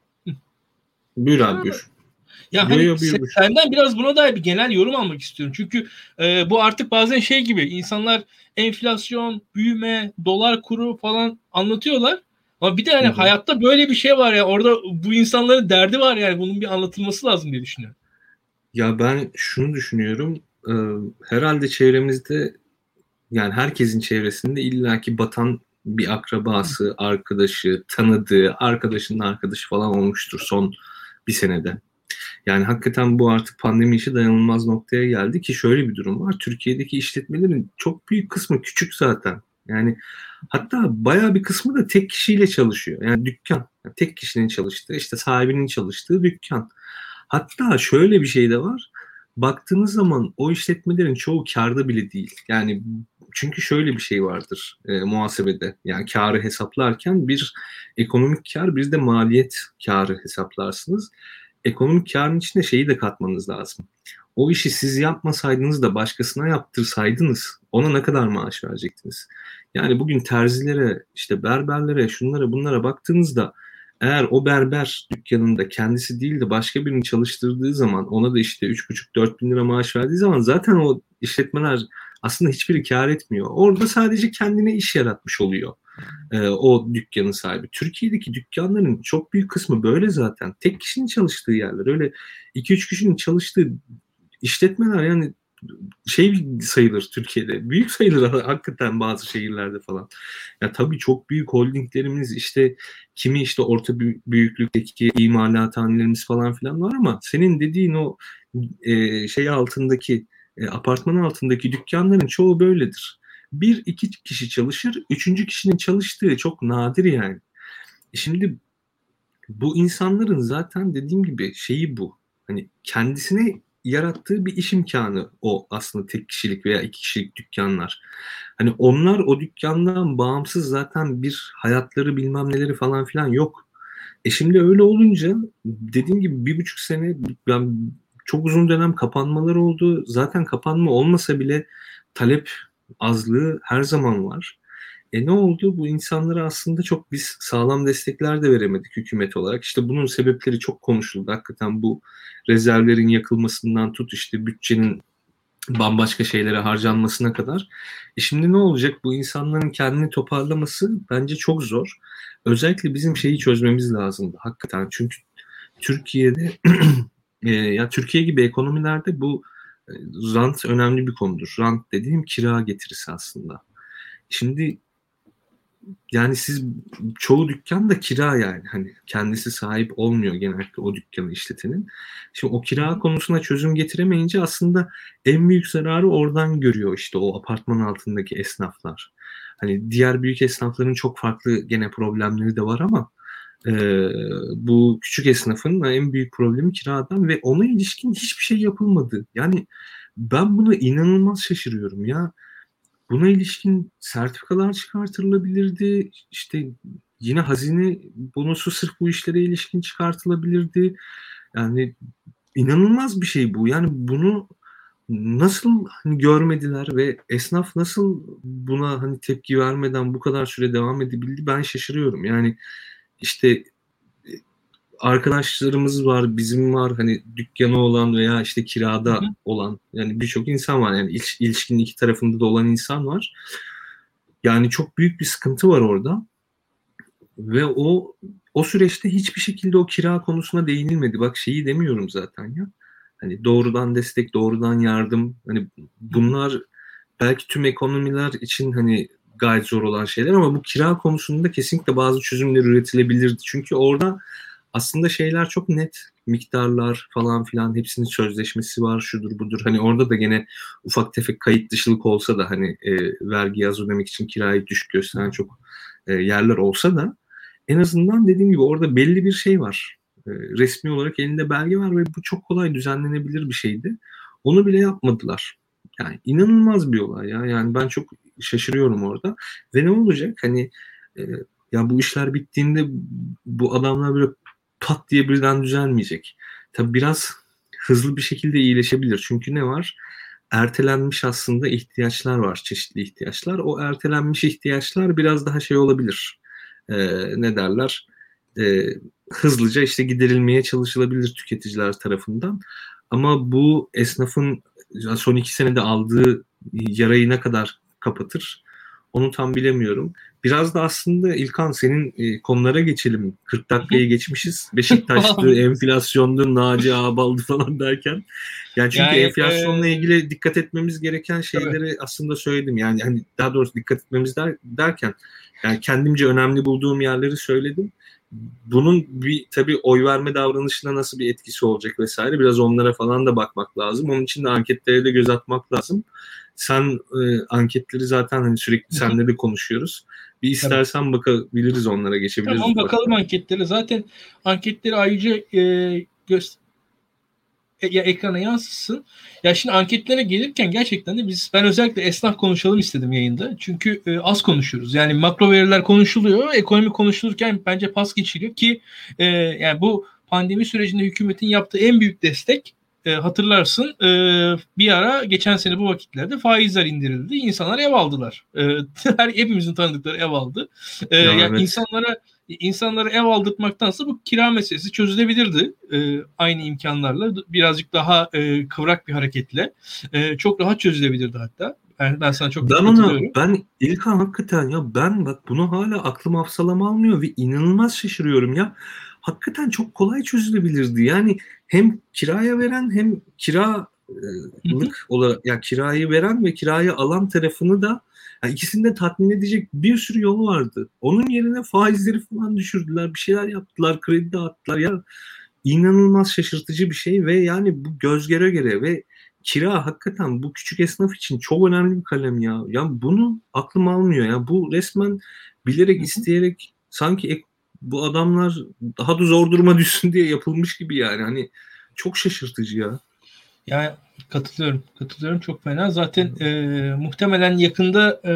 Buyur abi buyur. Ya hani yo, sen, senden biraz buna dair bir genel yorum almak istiyorum. Çünkü e, bu artık bazen şey gibi insanlar enflasyon, büyüme, dolar kuru falan anlatıyorlar. Ama bir de hani hı hı. hayatta böyle bir şey var ya orada bu insanların derdi var yani bunun bir anlatılması lazım diye düşünüyorum. Ya ben şunu düşünüyorum. E, herhalde çevremizde yani herkesin çevresinde illaki batan bir akrabası, arkadaşı, tanıdığı, arkadaşının arkadaşı falan olmuştur son bir senede. Yani hakikaten bu artık pandemi işi dayanılmaz noktaya geldi ki şöyle bir durum var. Türkiye'deki işletmelerin çok büyük kısmı küçük zaten. Yani hatta bayağı bir kısmı da tek kişiyle çalışıyor. Yani dükkan. Yani tek kişinin çalıştığı, işte sahibinin çalıştığı dükkan. Hatta şöyle bir şey de var. Baktığınız zaman o işletmelerin çoğu kârda bile değil. Yani çünkü şöyle bir şey vardır e, muhasebede. Yani kârı hesaplarken bir ekonomik kâr, bir de maliyet kârı hesaplarsınız. Ekonomik kârın içine şeyi de katmanız lazım. O işi siz yapmasaydınız da başkasına yaptırsaydınız ona ne kadar maaş verecektiniz? Yani bugün terzilere, işte berberlere, şunlara bunlara baktığınızda eğer o berber dükkanında kendisi değil de başka birini çalıştırdığı zaman ona da işte üç buçuk dört bin lira maaş verdiği zaman zaten o işletmeler aslında hiçbiri kâr etmiyor. Orada sadece kendine iş yaratmış oluyor. Ee, o dükkanın sahibi. Türkiye'deki dükkanların çok büyük kısmı böyle zaten. Tek kişinin çalıştığı yerler. Öyle iki üç kişinin çalıştığı işletmeler yani şey sayılır Türkiye'de. Büyük sayılır hakikaten bazı şehirlerde falan. Ya tabii çok büyük holdinglerimiz işte kimi işte orta büyüklükteki imalathanelerimiz falan filan var ama senin dediğin o e, şey altındaki e, apartman altındaki dükkanların çoğu böyledir. Bir iki kişi çalışır, üçüncü kişinin çalıştığı çok nadir yani. Şimdi bu insanların zaten dediğim gibi şeyi bu. Hani kendisine yarattığı bir iş imkanı o aslında tek kişilik veya iki kişilik dükkanlar. Hani onlar o dükkandan bağımsız zaten bir hayatları bilmem neleri falan filan yok. E şimdi öyle olunca dediğim gibi bir buçuk sene yani çok uzun dönem kapanmalar oldu. Zaten kapanma olmasa bile talep azlığı her zaman var. E ne oldu? Bu insanlara aslında çok biz sağlam destekler de veremedik hükümet olarak. İşte bunun sebepleri çok konuşuldu. Hakikaten bu rezervlerin yakılmasından tut işte bütçenin bambaşka şeylere harcanmasına kadar. E şimdi ne olacak? Bu insanların kendini toparlaması bence çok zor. Özellikle bizim şeyi çözmemiz lazımdı hakikaten. Çünkü Türkiye'de e, ya Türkiye gibi ekonomilerde bu e, rant önemli bir konudur. Rant dediğim kira getirisi aslında. Şimdi yani siz çoğu dükkan da kira yani hani kendisi sahip olmuyor genellikle o dükkanı işletenin. Şimdi o kira konusuna çözüm getiremeyince aslında en büyük zararı oradan görüyor işte o apartman altındaki esnaflar. Hani diğer büyük esnafların çok farklı gene problemleri de var ama e, bu küçük esnafın en büyük problemi kiradan ve ona ilişkin hiçbir şey yapılmadı. Yani ben buna inanılmaz şaşırıyorum ya. Buna ilişkin sertifikalar çıkartılabilirdi. İşte yine hazine bonusu sırf bu işlere ilişkin çıkartılabilirdi. Yani inanılmaz bir şey bu. Yani bunu nasıl hani görmediler ve esnaf nasıl buna hani tepki vermeden bu kadar süre devam edebildi ben şaşırıyorum. Yani işte arkadaşlarımız var, bizim var hani dükkanı olan veya işte kirada hı hı. olan yani birçok insan var yani il, ilişkinin iki tarafında da olan insan var. Yani çok büyük bir sıkıntı var orada ve o o süreçte hiçbir şekilde o kira konusuna değinilmedi. Bak şeyi demiyorum zaten ya. Hani doğrudan destek, doğrudan yardım hani bunlar belki tüm ekonomiler için hani gayet zor olan şeyler ama bu kira konusunda kesinlikle bazı çözümler üretilebilirdi. Çünkü orada aslında şeyler çok net. Miktarlar falan filan hepsinin sözleşmesi var. Şudur budur. Hani orada da gene ufak tefek kayıt dışılık olsa da hani e, vergi az ödemek için kirayı düşük gösteren çok e, yerler olsa da en azından dediğim gibi orada belli bir şey var. E, resmi olarak elinde belge var ve bu çok kolay düzenlenebilir bir şeydi. Onu bile yapmadılar. Yani inanılmaz bir olay ya. Yani ben çok şaşırıyorum orada. Ve ne olacak? Hani e, ya bu işler bittiğinde bu adamlar böyle pat diye birden düzelmeyecek. Tabii biraz hızlı bir şekilde iyileşebilir. Çünkü ne var? Ertelenmiş aslında ihtiyaçlar var, çeşitli ihtiyaçlar. O ertelenmiş ihtiyaçlar biraz daha şey olabilir. Ee, ne derler? Ee, hızlıca işte giderilmeye çalışılabilir tüketiciler tarafından. Ama bu esnafın son iki senede aldığı yarayı ne kadar kapatır? Onu tam bilemiyorum. Biraz da aslında İlkan senin e, konulara geçelim. kırk dakikayı geçmişiz. Beşiktaş'tı, enflasyondu, Naci Ağbal'dı falan derken. Yani çünkü yani, enflasyonla e... ilgili dikkat etmemiz gereken şeyleri tabii aslında söyledim. Yani hani daha doğrusu dikkat etmemiz der, derken yani kendimce önemli bulduğum yerleri söyledim. Bunun bir tabii oy verme davranışına nasıl bir etkisi olacak vesaire biraz onlara falan da bakmak lazım. Onun için de anketlere de göz atmak lazım. Sen e, anketleri zaten hani sürekli seninle de konuşuyoruz. Bir istersen evet, bakabiliriz onlara, geçebiliriz. Tamam bakalım anketlere. Zaten anketleri ayrıca e, göster ya ekrana yansısın. Ya şimdi anketlere gelirken gerçekten de biz ben özellikle esnaf konuşalım istedim yayında. Çünkü e, az konuşuyoruz. Yani makro veriler konuşuluyor. Ekonomi konuşulurken bence pas geçiliyor ki e, yani bu pandemi sürecinde hükümetin yaptığı en büyük destek e, hatırlarsın e, bir ara geçen sene bu vakitlerde faizler indirildi. İnsanlar ev aldılar. E, her hepimizin tanıdıkları ev aldı. E, ya yani evet, insanlara İnsanları ev aldırtmaktansa bu kira meselesi çözülebilirdi e, aynı imkanlarla. Birazcık daha e, kıvrak bir hareketle. E, çok rahat çözülebilirdi hatta. Yani ben sana çok ben ona, ben İlkan hakikaten ya ben bak bunu hala aklım hafsalam almıyor ve inanılmaz şaşırıyorum ya. Hakikaten çok kolay çözülebilirdi. Yani hem kiraya veren hem kiralık olarak ya yani kirayı veren ve kirayı alan tarafını da yani ikisini de tatmin edecek bir sürü yolu vardı. Onun yerine faizleri falan düşürdüler, bir şeyler yaptılar, kredi dağıttılar. Ya inanılmaz şaşırtıcı bir şey ve yani bu göz göre göre ve kira hakikaten bu küçük esnaf için çok önemli bir kalem ya. Ya bunu aklım almıyor ya. Bu resmen bilerek, isteyerek sanki bu adamlar daha da zor duruma düşsün diye yapılmış gibi yani. Hani çok şaşırtıcı ya. Yani katılıyorum. Katılıyorum çok fena. Zaten e, muhtemelen yakında e,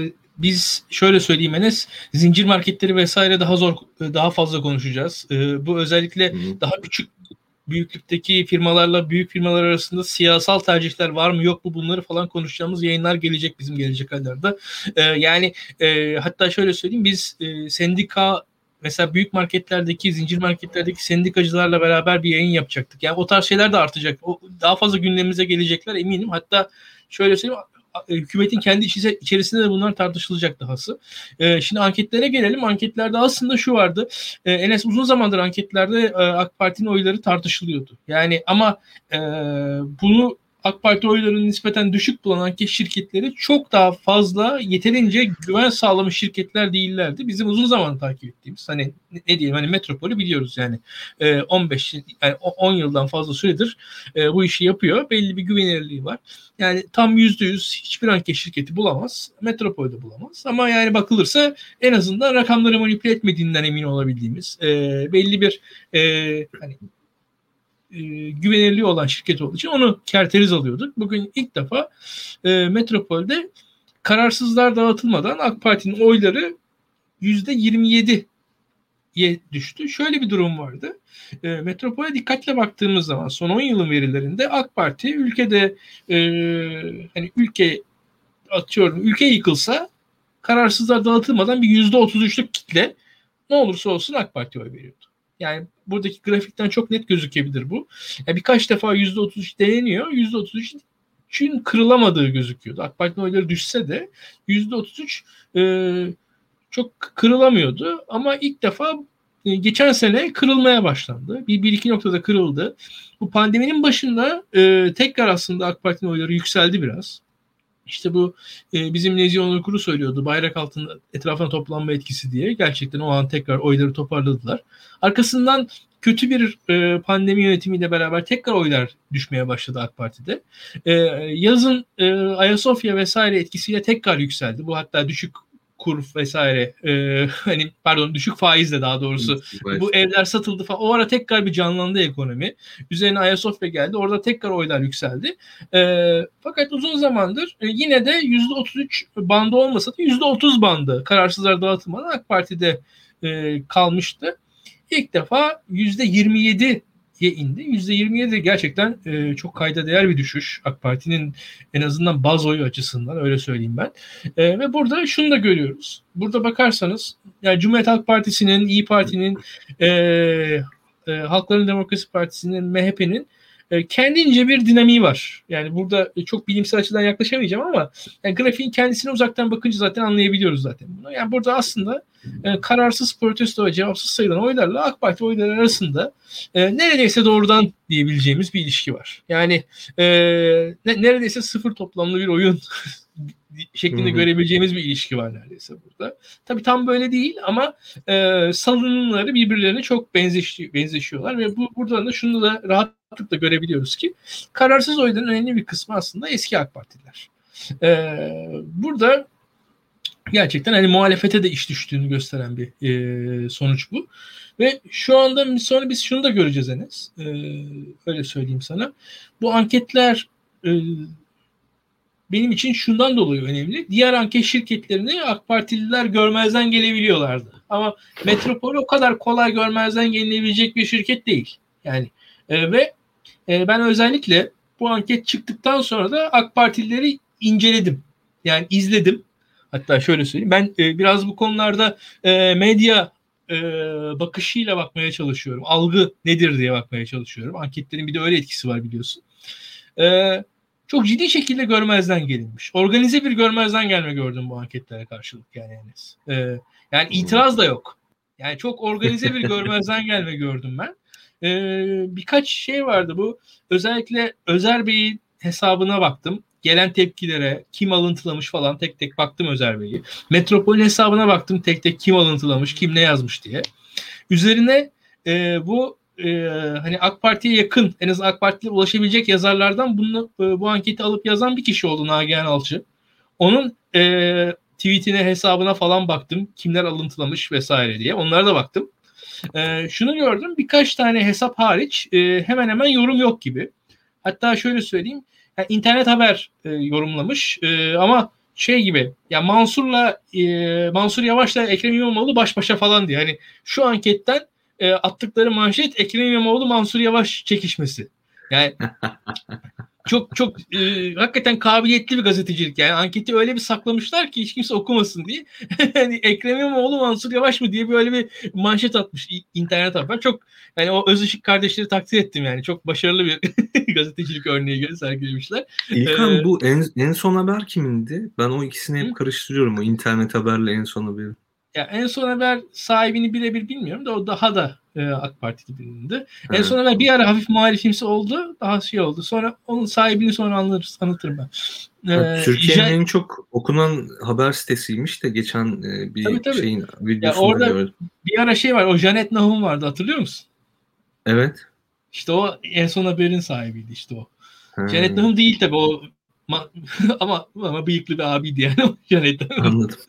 biz şöyle söyleyeyim Enes, zincir marketleri vesaire daha zor, daha fazla konuşacağız. E, bu özellikle Hı. daha küçük büyüklükteki firmalarla büyük firmalar arasında siyasal tercihler var mı yok mu bunları falan konuşacağımız yayınlar gelecek bizim gelecek aylarda. E, yani e, hatta şöyle söyleyeyim biz e, sendika mesela büyük marketlerdeki, zincir marketlerdeki sendikacılarla beraber bir yayın yapacaktık. Yani o tarz şeyler de artacak. O, daha fazla gündemimize gelecekler eminim. Hatta şöyle söyleyeyim, hükümetin kendi içerisinde de bunlar tartışılacak dahası. Ee, şimdi anketlere gelelim. Anketlerde aslında şu vardı. Ee, Enes uzun zamandır anketlerde e, AK Parti'nin oyları tartışılıyordu. Yani ama e, bunu AK Parti oylarını nispeten düşük bulan anket şirketleri çok daha fazla yeterince güven sağlamış şirketler değillerdi. Bizim uzun zaman takip ettiğimiz hani ne diyelim hani Metropol'ü biliyoruz yani e, on beş yani on yıldan fazla süredir e, bu işi yapıyor. Belli bir güvenilirliği var. Yani tam yüzde yüz hiçbir anket şirketi bulamaz. Metropol'de bulamaz. Ama yani bakılırsa en azından rakamları manipüle etmediğinden emin olabildiğimiz e, belli bir e, hani E, güvenilirliği olan şirket olduğu için onu kerteriz alıyorduk. Bugün ilk defa e, Metropol'de kararsızlar dağıtılmadan AK Parti'nin oyları yüzde yirmi yediye düştü. Şöyle bir durum vardı. E, Metropol'e dikkatle baktığımız zaman son on yılın verilerinde AK Parti ülkede e, hani ülke atıyorum ülke yıkılsa kararsızlar dağıtılmadan bir yüzde otuz üçlük kitle ne olursa olsun AK Parti'ye oy veriyordu. Yani buradaki grafikten çok net gözükebilir bu. Yani birkaç defa yüzde otuz üç deneniyor. yüzde otuz üçün kırılamadığı gözüküyordu. AK Parti'nin oyları düşse de yüzde otuz üç e, çok kırılamıyordu. Ama ilk defa e, geçen sene kırılmaya başlandı. Bir, bir iki noktada kırıldı. Bu pandeminin başında e, tekrar aslında AK Parti'nin oyları yükseldi biraz. İşte bu e, bizim Nezih Onur Kuru söylüyordu. Bayrak altında etrafına toplanma etkisi diye. Gerçekten o an tekrar oyları toparladılar. Arkasından kötü bir e, pandemi yönetimiyle beraber tekrar oylar düşmeye başladı AK Parti'de. E, yazın e, Ayasofya vesaire etkisiyle tekrar yükseldi. Bu hatta düşük kur vesaire e, hani pardon düşük faizle daha doğrusu bu evler satıldı falan. O ara tekrar bir canlandı ekonomi. Üzerine Ayasofya geldi. Orada tekrar oylar yükseldi. E, fakat uzun zamandır e, yine de yüzde otuz üç bandı olmasa da yüzde otuz bandı kararsızlar dağıtılmadan AK Parti'de e, kalmıştı. İlk defa yüzde yirmi yediye indi. yüzde yirmi yedi gerçekten e, çok kayda değer bir düşüş. AK Parti'nin en azından baz oyu açısından öyle söyleyeyim ben. E, ve burada şunu da görüyoruz. Burada bakarsanız yani Cumhuriyet Halk Partisi'nin, İYİ Parti'nin, e, e, Halkların Demokrasi Partisi'nin, M H P'nin e, kendince bir dinamiği var. Yani burada çok bilimsel açıdan yaklaşamayacağım ama yani grafiğin kendisine uzaktan bakınca zaten anlayabiliyoruz zaten bunu. Yani burada aslında e, kararsız protesto ve cevapsız sayılan oylarla AK Parti oyları arasında e, neredeyse doğrudan diyebileceğimiz bir ilişki var. Yani e, ne, neredeyse sıfır toplamlı bir oyun şeklinde Hı-hı. görebileceğimiz bir ilişki var neredeyse burada. Tabii tam böyle değil ama e, salınımları birbirlerine çok benzeşi, benzeşiyorlar ve bu buradan da şunu da rahatlıkla görebiliyoruz ki kararsız oyların önemli bir kısmı aslında eski AK Partililer. E, burada gerçekten hani muhalefete de iş düştüğünü gösteren bir e, sonuç bu. Ve şu anda sonra biz şunu da göreceğiz Enes. E, öyle söyleyeyim sana. Bu anketler e, benim için şundan dolayı önemli. Diğer anket şirketlerini AK Partililer görmezden gelebiliyorlardı. Ama Metropol o kadar kolay görmezden gelinebilecek bir şirket değil. Yani e, ve e, ben özellikle bu anket çıktıktan sonra da AK Partilileri inceledim. Yani izledim. Hatta şöyle söyleyeyim. Ben e, biraz bu konularda e, medya e, bakışıyla bakmaya çalışıyorum. Algı nedir diye bakmaya çalışıyorum. Anketlerin bir de öyle etkisi var biliyorsun. Evet. Çok ciddi şekilde görmezden gelinmiş. Organize bir görmezden gelme gördüm bu anketlere karşılık yani Enes. Ee, yani itiraz da yok. Yani çok organize bir görmezden gelme gördüm ben. Ee, birkaç şey vardı bu. Özellikle Özer Bey'in hesabına baktım. Gelen tepkilere kim alıntılamış falan tek tek baktım Özer Bey'i. Metropol'ün hesabına baktım tek tek kim alıntılamış, kim ne yazmış diye. Üzerine e, bu Ee, hani AK Parti'ye yakın en azından AK Parti'ye ulaşabilecek yazarlardan bunu, e, bu anketi alıp yazan bir kişi oldu Nagihan Alçı. Onun e, tweetine hesabına falan baktım. Kimler alıntılamış vesaire diye. Onlara da baktım. E, şunu gördüm. Birkaç tane hesap hariç e, hemen hemen yorum yok gibi. Hatta şöyle söyleyeyim. Yani internet haber e, yorumlamış e, ama şey gibi ya Mansur'la e, Mansur Yavaş'la Ekrem İmamoğlu baş başa falan diye. Hani şu anketten E, attıkları manşet Ekrem İmamoğlu Mansur Yavaş çekişmesi. Yani çok çok e, hakikaten kabiliyetli bir gazetecilik. Yani anketi öyle bir saklamışlar ki hiç kimse okumasın diye. Yani Ekrem İmamoğlu Mansur Yavaş mı diye böyle bir manşet atmış internet haber. Çok yani o Özışık kardeşleri takdir ettim yani. Çok başarılı bir gazetecilik örneği sergilemişler. İlkan ee, bu en, en son haber kimindi? Ben o ikisini hep hı? karıştırıyorum. O internet haberle en son haberi. Ya en son haber sahibini birebir bilmiyorum da o daha da e, AK Partili biriydi. En son haber bir ara hafif muhalifimsi oldu. Daha şey oldu. Sonra onun sahibini sonra anlarız, anlatırım ben. Ee, Türkiye'nin Jen... en çok okunan haber sitesiymiş de geçen e, bir tabii, tabii. şeyin videosunda orada gördüm. Bir ara şey var. O Janet Nahum vardı. Hatırlıyor musun? Evet. İşte o en son haberin sahibiydi işte o. Ha. Janet Nahum değil tabii o ama ama bıyıklı bir abiydi yani Janet Nahum. Anladım.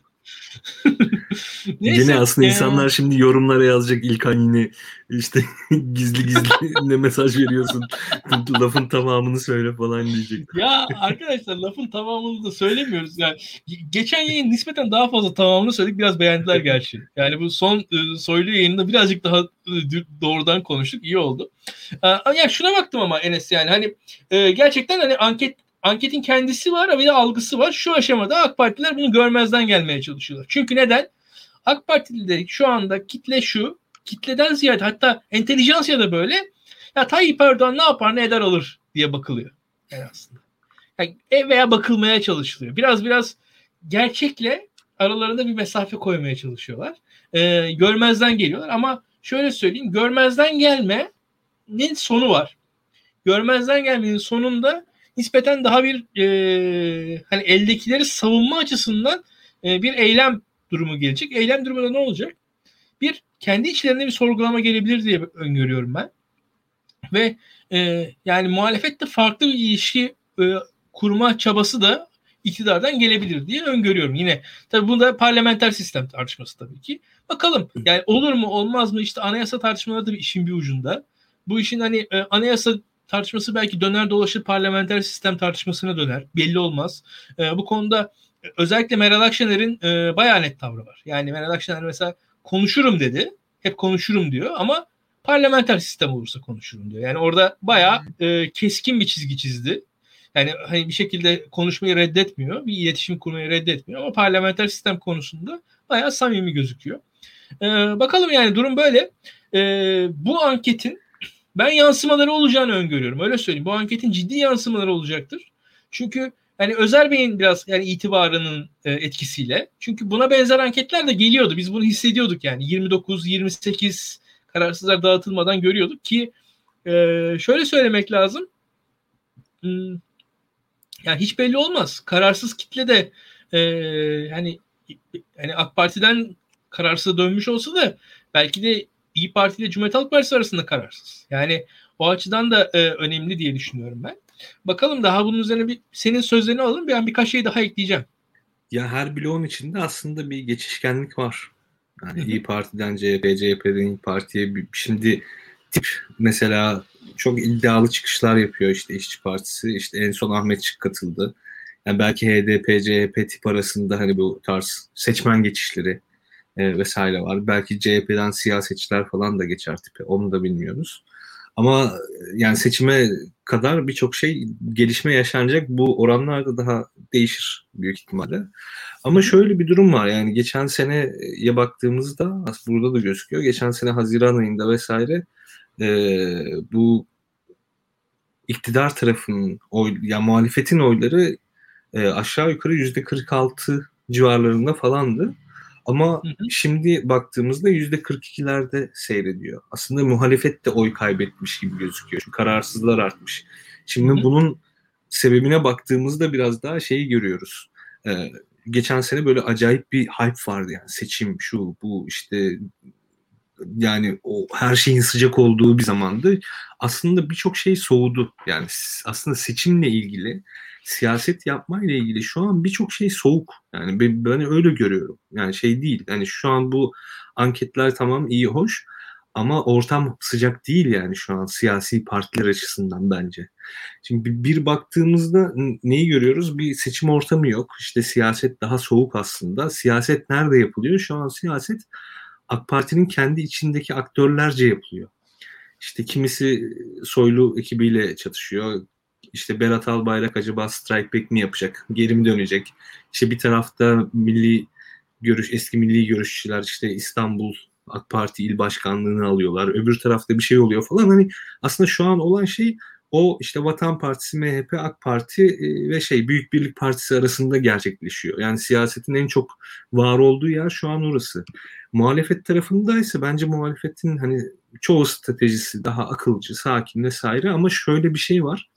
Neyse, yine aslında ee... insanlar şimdi yorumlara yazacak İlkan yine işte gizli gizli ne mesaj veriyorsun lafın tamamını söyle falan diyecek. Ya arkadaşlar lafın tamamını da söylemiyoruz yani. Geçen yayın nispeten daha fazla tamamını söyledik, biraz beğendiler gerçi. Yani bu son e, Soylu yayında birazcık daha e, doğrudan konuştuk, iyi oldu. E, ya şuna baktım ama Enes yani hani e, gerçekten hani anket Anketin kendisi var, bir de algısı var. Şu aşamada AK Partililer bunu görmezden gelmeye çalışıyorlar. Çünkü neden? AK Partililer şu anda kitle şu, kitleden ziyade hatta entelijansiya da böyle. Ya Tayyip Erdoğan ne yapar ne eder alır diye bakılıyor. Yani aslında. Yani, veya bakılmaya çalışılıyor. Biraz biraz gerçekle aralarında bir mesafe koymaya çalışıyorlar. Ee, görmezden geliyorlar ama şöyle söyleyeyim, görmezden gelmenin sonu var. Görmezden gelmenin sonunda nispeten daha bir e, hani eldekileri savunma açısından e, bir eylem durumu gelecek. Eylem durumunda ne olacak? Bir, kendi içlerinde bir sorgulama gelebilir diye öngörüyorum ben. Ve e, yani muhalefette farklı bir ilişki e, kurma çabası da iktidardan gelebilir diye öngörüyorum. Yine tabii bunda parlamenter sistem tartışması tabii ki. Bakalım yani olur mu olmaz mı, işte anayasa tartışmaları da bir işin bir ucunda. Bu işin hani e, anayasa tartışması belki döner dolaşır parlamenter sistem tartışmasına döner. Belli olmaz. E, bu konuda özellikle Meral Akşener'in e, bayağı net tavrı var. Yani Meral Akşener mesela konuşurum dedi. Hep konuşurum diyor ama parlamenter sistem olursa konuşurum diyor. Yani orada bayağı e, keskin bir çizgi çizdi. Yani hani bir şekilde konuşmayı reddetmiyor, bir iletişim kurmayı reddetmiyor ama parlamenter sistem konusunda bayağı samimi gözüküyor. Ee, bakalım yani durum böyle. Ee, bu anketin ben yansımaları olacağını öngörüyorum. Öyle söyleyeyim. Bu anketin ciddi yansımaları olacaktır. Çünkü yani Özer Bey'in biraz yani itibarının e, etkisiyle. Çünkü buna benzer anketler de geliyordu. Biz bunu hissediyorduk yani. yirmi dokuz yirmi sekiz kararsızlar dağıtılmadan görüyorduk ki e, şöyle söylemek lazım. Hmm, yani hiç belli olmaz. Kararsız kitle de e, hani yani AK Parti'den kararsıza dönmüş olsa da belki de İyi Parti ile Cumhuriyet Halk Partisi arasında kararsız. Yani o açıdan da e, önemli diye düşünüyorum ben. Bakalım daha bunun üzerine bir senin sözlerini alalım. Ben birkaç şey daha ekleyeceğim. Ya her bloğun içinde aslında bir geçişkenlik var. Yani İyi Parti'den C H P, C H P'den İyi Parti'ye şimdi tip mesela çok iddialı çıkışlar yapıyor işte İşçi Partisi. İşte en son Ahmet Şık katıldı. Yani belki H D P, C H P tip arasında hani bu tarz seçmen geçişleri e, vesaire var. Belki C H P'den siyasetçiler falan da geçer tipe. Onu da bilmiyoruz. Ama yani seçime kadar birçok şey gelişme yaşanacak. Bu oranlar da daha değişir büyük ihtimalle. Ama şöyle bir durum var yani geçen seneye baktığımızda aslında burada da gözüküyor. Geçen sene Haziran ayında vesaire e, bu iktidar tarafının oy, yani muhalefetin oyları e, aşağı yukarı yüzde kırk altı civarlarında falandı. Ama hı hı. Şimdi baktığımızda yüzde kırk ikilerde seyrediyor. Aslında muhalefet de oy kaybetmiş gibi gözüküyor. Çünkü kararsızlar artmış. Şimdi hı hı. Bunun sebebine baktığımızda biraz daha şeyi görüyoruz. Ee, geçen sene böyle acayip bir hype vardı yani seçim şu bu işte yani o her şeyin sıcak olduğu bir zamandı. Aslında birçok şey soğudu. Yani aslında seçimle ilgili, siyaset yapmayla ilgili şu an birçok şey soğuk. Yani ben, ben öyle görüyorum. Yani şey değil. Yani şu an bu anketler tamam iyi hoş ama ortam sıcak değil yani şu an siyasi partiler açısından bence. Şimdi bir baktığımızda neyi görüyoruz? Bir seçim ortamı yok. İşte siyaset daha soğuk aslında. Siyaset nerede yapılıyor? Şu an siyaset AK Parti'nin kendi içindeki aktörlerce yapılıyor. İşte kimisi Soylu ekibiyle çatışıyor. İşte Berat Albayrak acaba strike back mi yapacak? Geri mi dönecek? İşte bir tarafta milli görüş, eski milli görüşçüler işte İstanbul AK Parti il başkanlığını alıyorlar. Öbür tarafta bir şey oluyor falan. Hani aslında şu an olan şey o işte Vatan Partisi, M H P, AK Parti ve şey Büyük Birlik Partisi arasında gerçekleşiyor. Yani siyasetin en çok var olduğu yer şu an orası. Muhalefet tarafındaysa bence muhalefetin hani çoğu stratejisi daha akılcı, sakin vesaire ama şöyle bir şey var.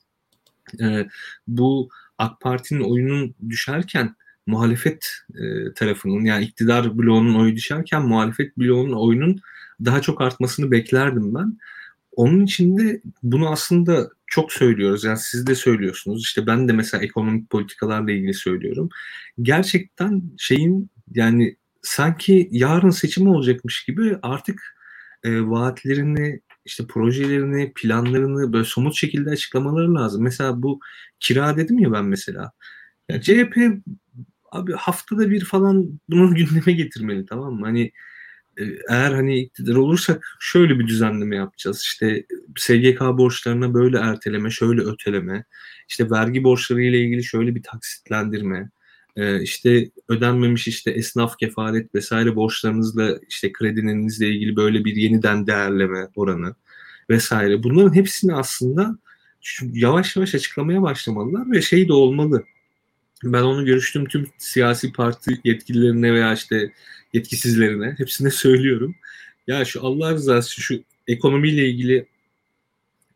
Ee, bu AK Parti'nin oyunun düşerken muhalefet e, tarafının yani iktidar bloğunun oyu düşerken muhalefet bloğunun oyunun daha çok artmasını beklerdim ben. Onun için de bunu aslında çok söylüyoruz. Yani siz de söylüyorsunuz. İşte ben de mesela ekonomik politikalarla ilgili söylüyorum. Gerçekten şeyin yani sanki yarın seçim olacakmış gibi artık e, vaatlerini, işte projelerini, planlarını böyle somut şekilde açıklamaları lazım. Mesela bu kira dedim ya ben mesela. Ya C H P abi haftada bir falan bunu gündeme getirmeli, tamam mı? Hani eğer hani iktidar olursak şöyle bir düzenleme yapacağız. İşte S G K borçlarına böyle erteleme, şöyle öteleme. İşte vergi borçları ile ilgili şöyle bir taksitlendirme. Ee, işte ödenmemiş işte esnaf kefalet vesaire borçlarınızla işte kredininizle ilgili böyle bir yeniden değerleme oranı vesaire. Bunların hepsini aslında şu, yavaş yavaş açıklamaya başlamalılar ve şey de olmalı. Ben onu görüştüğüm tüm siyasi parti yetkililerine veya işte yetkisizlerine hepsine söylüyorum. Ya şu Allah rızası şu ekonomiyle ilgili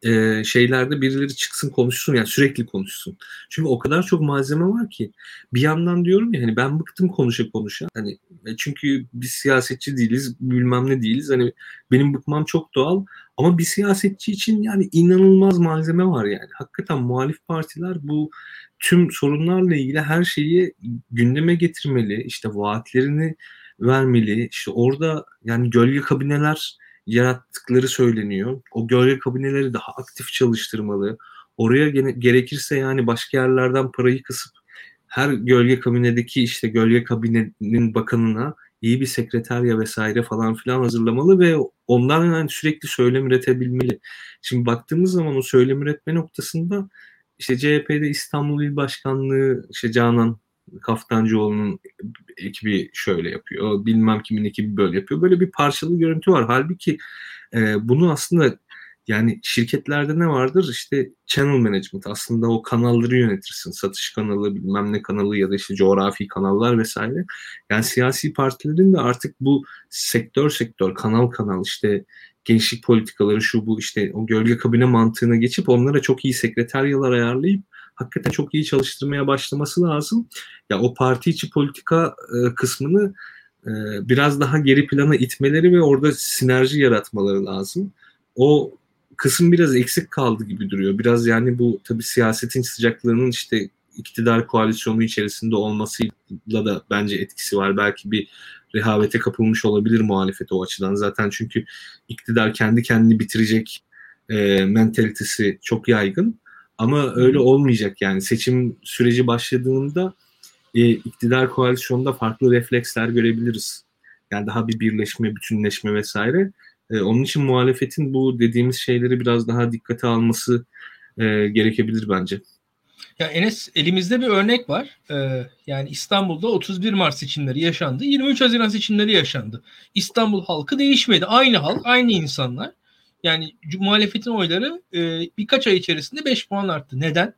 e, şeylerde birileri çıksın konuşsun, yani sürekli konuşsun. Çünkü o kadar çok malzeme var ki bir yandan diyorum ya hani ben bıktım konuşa konuşa. Hani çünkü biz siyasetçi değiliz, bilmem ne değiliz. Hani benim bıkmam çok doğal ama bir siyasetçi için yani inanılmaz malzeme var yani. Hakikaten muhalif partiler bu tüm sorunlarla ilgili her şeyi gündeme getirmeli. İşte vaatlerini vermeli. İşte orada yani gölge kabineler yarattıkları söyleniyor. O gölge kabineleri daha aktif çalıştırmalı. Oraya gene, gerekirse yani başka yerlerden parayı kısıp her gölge kabinedeki işte gölge kabinenin bakanına iyi bir sekreterya vesaire falan filan hazırlamalı ve ondan yani sürekli söylem üretebilmeli. Şimdi baktığımız zaman o söylem üretme noktasında işte C H P'de İstanbul İl Başkanlığı işte Canan Kaftancıoğlu'nun ekibi şöyle yapıyor. Bilmem kimin ekibi böyle yapıyor. Böyle bir parçalı görüntü var. Halbuki e, bunu aslında yani şirketlerde ne vardır? İşte channel management. Aslında o kanalları yönetirsin. Satış kanalı, bilmem ne kanalı ya da işte coğrafi kanallar vesaire. Yani siyasi partilerin de artık bu sektör sektör, kanal kanal işte gençlik politikaları şu bu işte o gölge kabine mantığına geçip onlara çok iyi sekreteryalar ayarlayıp hakikaten çok iyi çalıştırmaya başlaması lazım. Ya o parti içi politika e, kısmını e, biraz daha geri plana itmeleri ve orada sinerji yaratmaları lazım. O kısım biraz eksik kaldı gibi duruyor. Biraz yani bu tabii siyasetin sıcaklığının işte iktidar koalisyonu içerisinde olmasıyla da bence etkisi var. Belki bir rehavete kapılmış olabilir muhalefet o açıdan. Zaten çünkü iktidar kendi kendini bitirecek e, mentalitesi çok yaygın. Ama öyle olmayacak yani. Seçim süreci başladığında e, iktidar koalisyonunda farklı refleksler görebiliriz. Yani daha bir birleşme, bütünleşme vesaire. E, onun için muhalefetin bu dediğimiz şeyleri biraz daha dikkate alması e, gerekebilir bence. Ya Enes, elimizde bir örnek var. Ee, yani İstanbul'da otuz bir Mart seçimleri yaşandı. yirmi üç Haziran seçimleri yaşandı. İstanbul halkı değişmedi. Aynı halk, aynı insanlar. Yani muhalefetin oyları e, birkaç ay içerisinde beş puan arttı. Neden?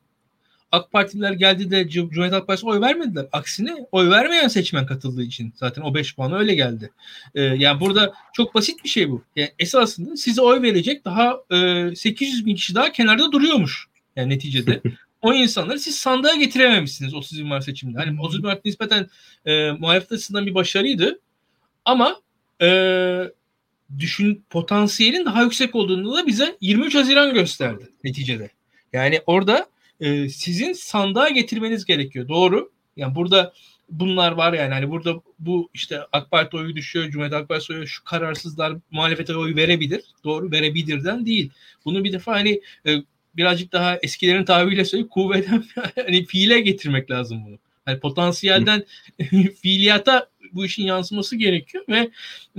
AK Partililer geldi de Cumhuriyet Halk Partisi'ne oy vermediler. Aksine oy vermeyen seçmen katıldığı için zaten o beş puan öyle geldi. Ee, yani burada çok basit bir şey bu. Yani esasında size oy verecek daha e, sekiz yüz bin kişi daha kenarda duruyormuş. Yani neticede. O insanları siz sandığa getirememişsiniz otuz bir Mart seçiminde. Hani otuz bir Mart nispeten e, muhalefet açısından bir başarıydı. Ama e, düşün potansiyelin daha yüksek olduğunu da bize yirmi üç Haziran gösterdi neticede. Yani orada e, sizin sandığa getirmeniz gerekiyor. Doğru. Yani burada bunlar var yani. Hani burada bu işte AK Parti oyu düşüyor, Cumhuriyet Halk Partisi oyu, şu kararsızlar muhalefete oy verebilir. Doğru, verebilirden değil. Bunu bir defa hani e, birazcık daha eskilerin tabiriyle söyleyip kuvveten hani fiile getirmek lazım bunu. Hani potansiyelden fiiliyata bu işin yansıması gerekiyor ve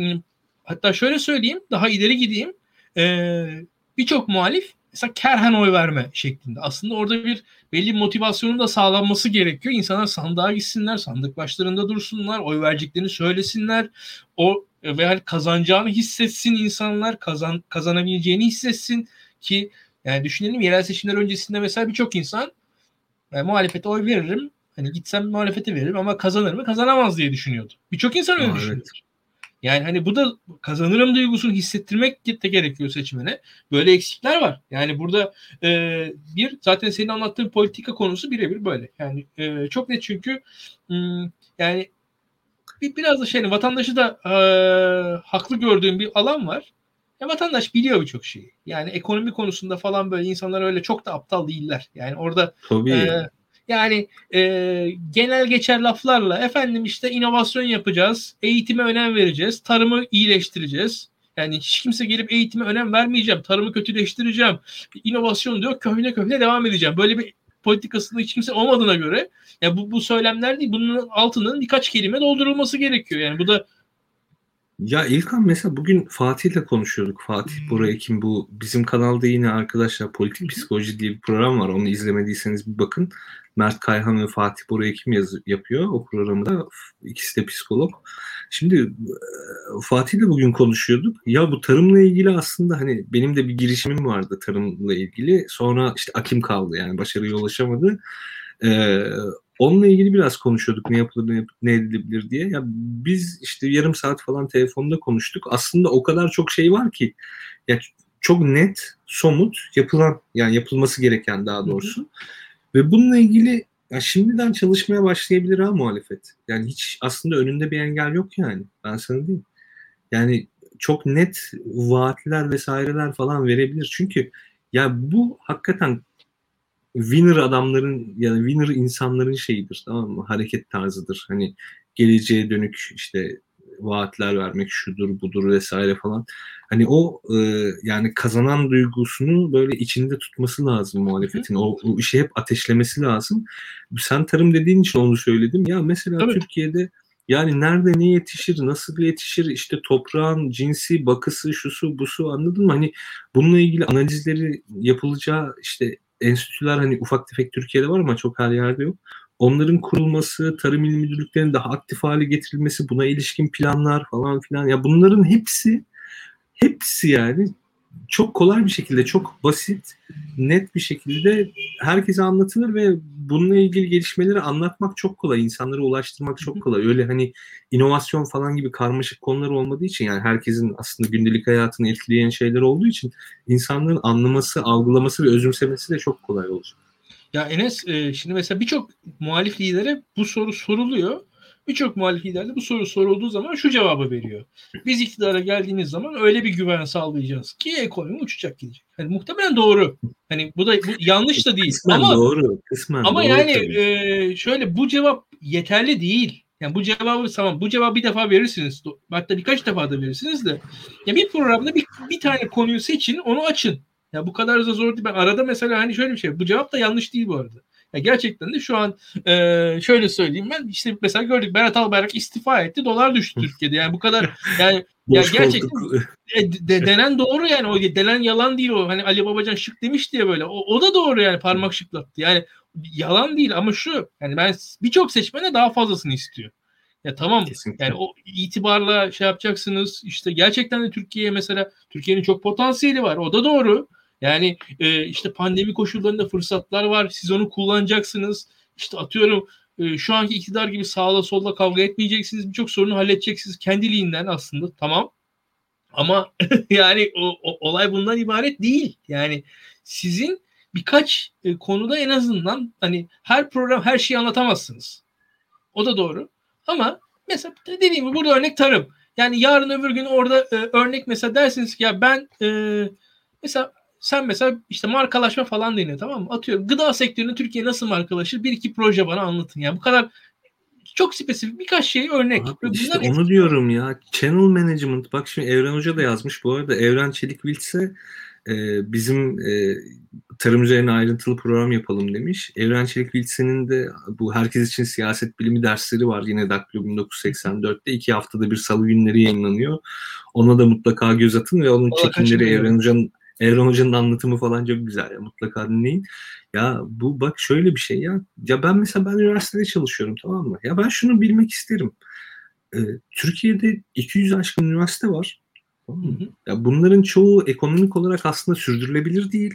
hatta şöyle söyleyeyim, daha ileri gideyim. Ee, birçok muhalif mesela kerhen oy verme şeklinde. Aslında orada bir belli motivasyonun da sağlanması gerekiyor. İnsanlar sandığa gitsinler, sandık başlarında dursunlar, oy vereceklerini söylesinler. O ve hani kazanacağını hissetsin insanlar, kazan kazanabileceğini hissetsin ki yani düşünelim yerel seçimler öncesinde mesela birçok insan yani muhalefete oy veririm. Hani gitsem muhalefete veririm ama kazanır mı? Kazanamaz diye düşünüyordu. Birçok insan öyle Aa, düşünüyor. Evet. Yani hani bu da kazanırım duygusunu hissettirmek de gerekiyor seçmene. Böyle eksikler var. Yani burada e, bir zaten senin anlattığın politika konusu birebir böyle. Yani e, çok net çünkü m, yani bir, biraz da şey vatandaşı da e, haklı gördüğüm bir alan var. Ya vatandaş biliyor birçok şeyi. Yani ekonomi konusunda falan böyle insanlar öyle çok da aptal değiller. Yani orada Tabii. E, yani e, genel geçer laflarla efendim işte inovasyon yapacağız, eğitime önem vereceğiz, tarımı iyileştireceğiz. Yani hiç kimse gelip eğitime önem vermeyeceğim, tarımı kötüleştireceğim, inovasyon diyor köhne köhne devam edeceğim. Böyle bir politikasında hiç kimse olmadığına göre ya bu, bu söylemler değil, bunun altının birkaç kelime doldurulması gerekiyor. Yani bu da ya İlkan mesela bugün Fatih'le konuşuyorduk. Fatih hmm. Bora Ekim bu bizim kanalda yine arkadaşlar Politik Psikoloji diye bir program var. Onu izlemediyseniz bir bakın. Mert Kayhan ve Fatih Bora Ekim yaz, yapıyor o programda. İkisi de psikolog. Şimdi Fatih'le bugün konuşuyorduk. Ya bu tarımla ilgili aslında hani benim de bir girişimim vardı tarımla ilgili. Sonra işte akim kaldı yani başarıya ulaşamadı. Ee, Onunla ilgili biraz konuşuyorduk ne yapılır ne, yap- ne edilebilir diye. Ya biz işte yarım saat falan telefonda konuştuk. Aslında o kadar çok şey var ki ya çok net, somut, yapılan, yani yapılması gereken daha doğrusu. Hı hı. Ve bununla ilgili ya şimdiden çalışmaya başlayabilir ha muhalefet. Yani hiç aslında önünde bir engel yok yani. Ben sana diyeyim. Yani çok net vaatler vesaireler falan verebilir. Çünkü ya bu hakikaten winner adamların, yani winner insanların şeyidir, tamam mı? Hareket tarzıdır. Hani geleceğe dönük işte vaatler vermek, şudur budur vesaire falan. Hani o e, yani kazanan duygusunu böyle içinde tutması lazım muhalefetin. O, o işi hep ateşlemesi lazım. Sen tarım dediğin için onu söyledim. Ya mesela Tabii. Türkiye'de yani nerede ne yetişir, nasıl yetişir, işte toprağın cinsi, bakısı, şusu, busu, anladın mı? Hani bununla ilgili analizleri yapılacağı işte enstitüler hani ufak tefek Türkiye'de var ama çok her yerde yok. Onların kurulması, tarım il müdürlüklerinin daha aktif hale getirilmesi, buna ilişkin planlar falan filan. Ya bunların hepsi hepsi yani çok kolay bir şekilde, çok basit, net bir şekilde herkese anlatılır ve bununla ilgili gelişmeleri anlatmak çok kolay, insanlara ulaştırmak çok kolay. Öyle hani inovasyon falan gibi karmaşık konular olmadığı için, yani herkesin aslında gündelik hayatını etkileyen şeyler olduğu için insanların anlaması, algılaması ve özümsemesi de çok kolay olacak. Ya Enes, e, şimdi mesela birçok muhalif lidere bu soru soruluyor. Birçok muhalif lider de bu soru sorulduğu zaman şu cevabı veriyor. Biz iktidara geldiğimiz zaman öyle bir güven sağlayacağız ki ekonomi uçacak gidecek. Hani muhtemelen doğru. Hani bu da bu yanlış da değil. Kısmen ama doğru, kısmen ama doğru yani tabii. e, şöyle, bu cevap yeterli değil. Yani bu cevabı tamam, bu cevabı bir defa verirsiniz. Hatta birkaç defa da verirsiniz de. Ya bir programda bir, bir tane konuyu seçin, onu açın. Ya bu kadar da zor değil. Ben arada mesela hani şöyle bir şey. Bu cevap da yanlış değil bu arada. Ya gerçekten de şu an e, şöyle söyleyeyim, ben işte mesela gördük, Berat Albayrak istifa etti. Dolar düştü Türkiye'de. Yani bu kadar yani ya Boş gerçekten koltuk. e, de, denen doğru yani. O denen yalan değil o. Hani Ali Babacan şık demiş diye böyle. O, o da doğru yani, parmak şıklattı. Yani yalan değil ama şu, yani ben birçok seçmene daha fazlasını istiyor. Ya tamam, Kesinlikle. yani o itibarla şey yapacaksınız işte, gerçekten de Türkiye'ye mesela, Türkiye'nin çok potansiyeli var, o da doğru. Yani e, işte pandemi koşullarında fırsatlar var, siz onu kullanacaksınız. İşte atıyorum e, şu anki iktidar gibi sağla solla kavga etmeyeceksiniz, birçok sorunu halledeceksiniz kendiliğinden aslında, tamam. Ama yani o, o, olay bundan ibaret değil. Yani sizin birkaç e, konuda en azından, hani her program her şeyi anlatamazsınız. O da doğru. Ama mesela dediğim gibi burada örnek tarım. Yani yarın öbür gün orada e, örnek mesela dersiniz ki ya ben e, mesela sen mesela işte markalaşma falan deniyor, tamam mı? Atıyorum gıda sektörünü Türkiye nasıl markalaşır? Bir iki proje bana anlatın. Yani bu kadar çok spesifik birkaç şey örnek. Abi Ve işte bunlar onu diyorum ya. Channel management. Bak şimdi Evren Hoca da yazmış. Bu arada Evren Çelikvilse e, bizim e, tarım üzerine ayrıntılı program yapalım demiş. Evren Çelikvilse'nin de bu herkes için siyaset bilimi dersleri var. Yine Daktilo bin dokuz yüz seksen dörtte iki haftada bir salı günleri yayınlanıyor. Ona da mutlaka göz atın ve onun Vallahi çekimleri, kaçırmayın. Evren Hoca'nın Evren Hoca'nın anlatımı falan çok güzel ya. Mutlaka dinleyin. Ya bu bak şöyle bir şey ya. Ya ben mesela ben üniversitede çalışıyorum, tamam mı? Ya ben şunu bilmek isterim. Ee, Türkiye'de iki yüz aşkın üniversite var. Tamam mı? Hı hı. Ya bunların çoğu ekonomik olarak aslında sürdürülebilir değil.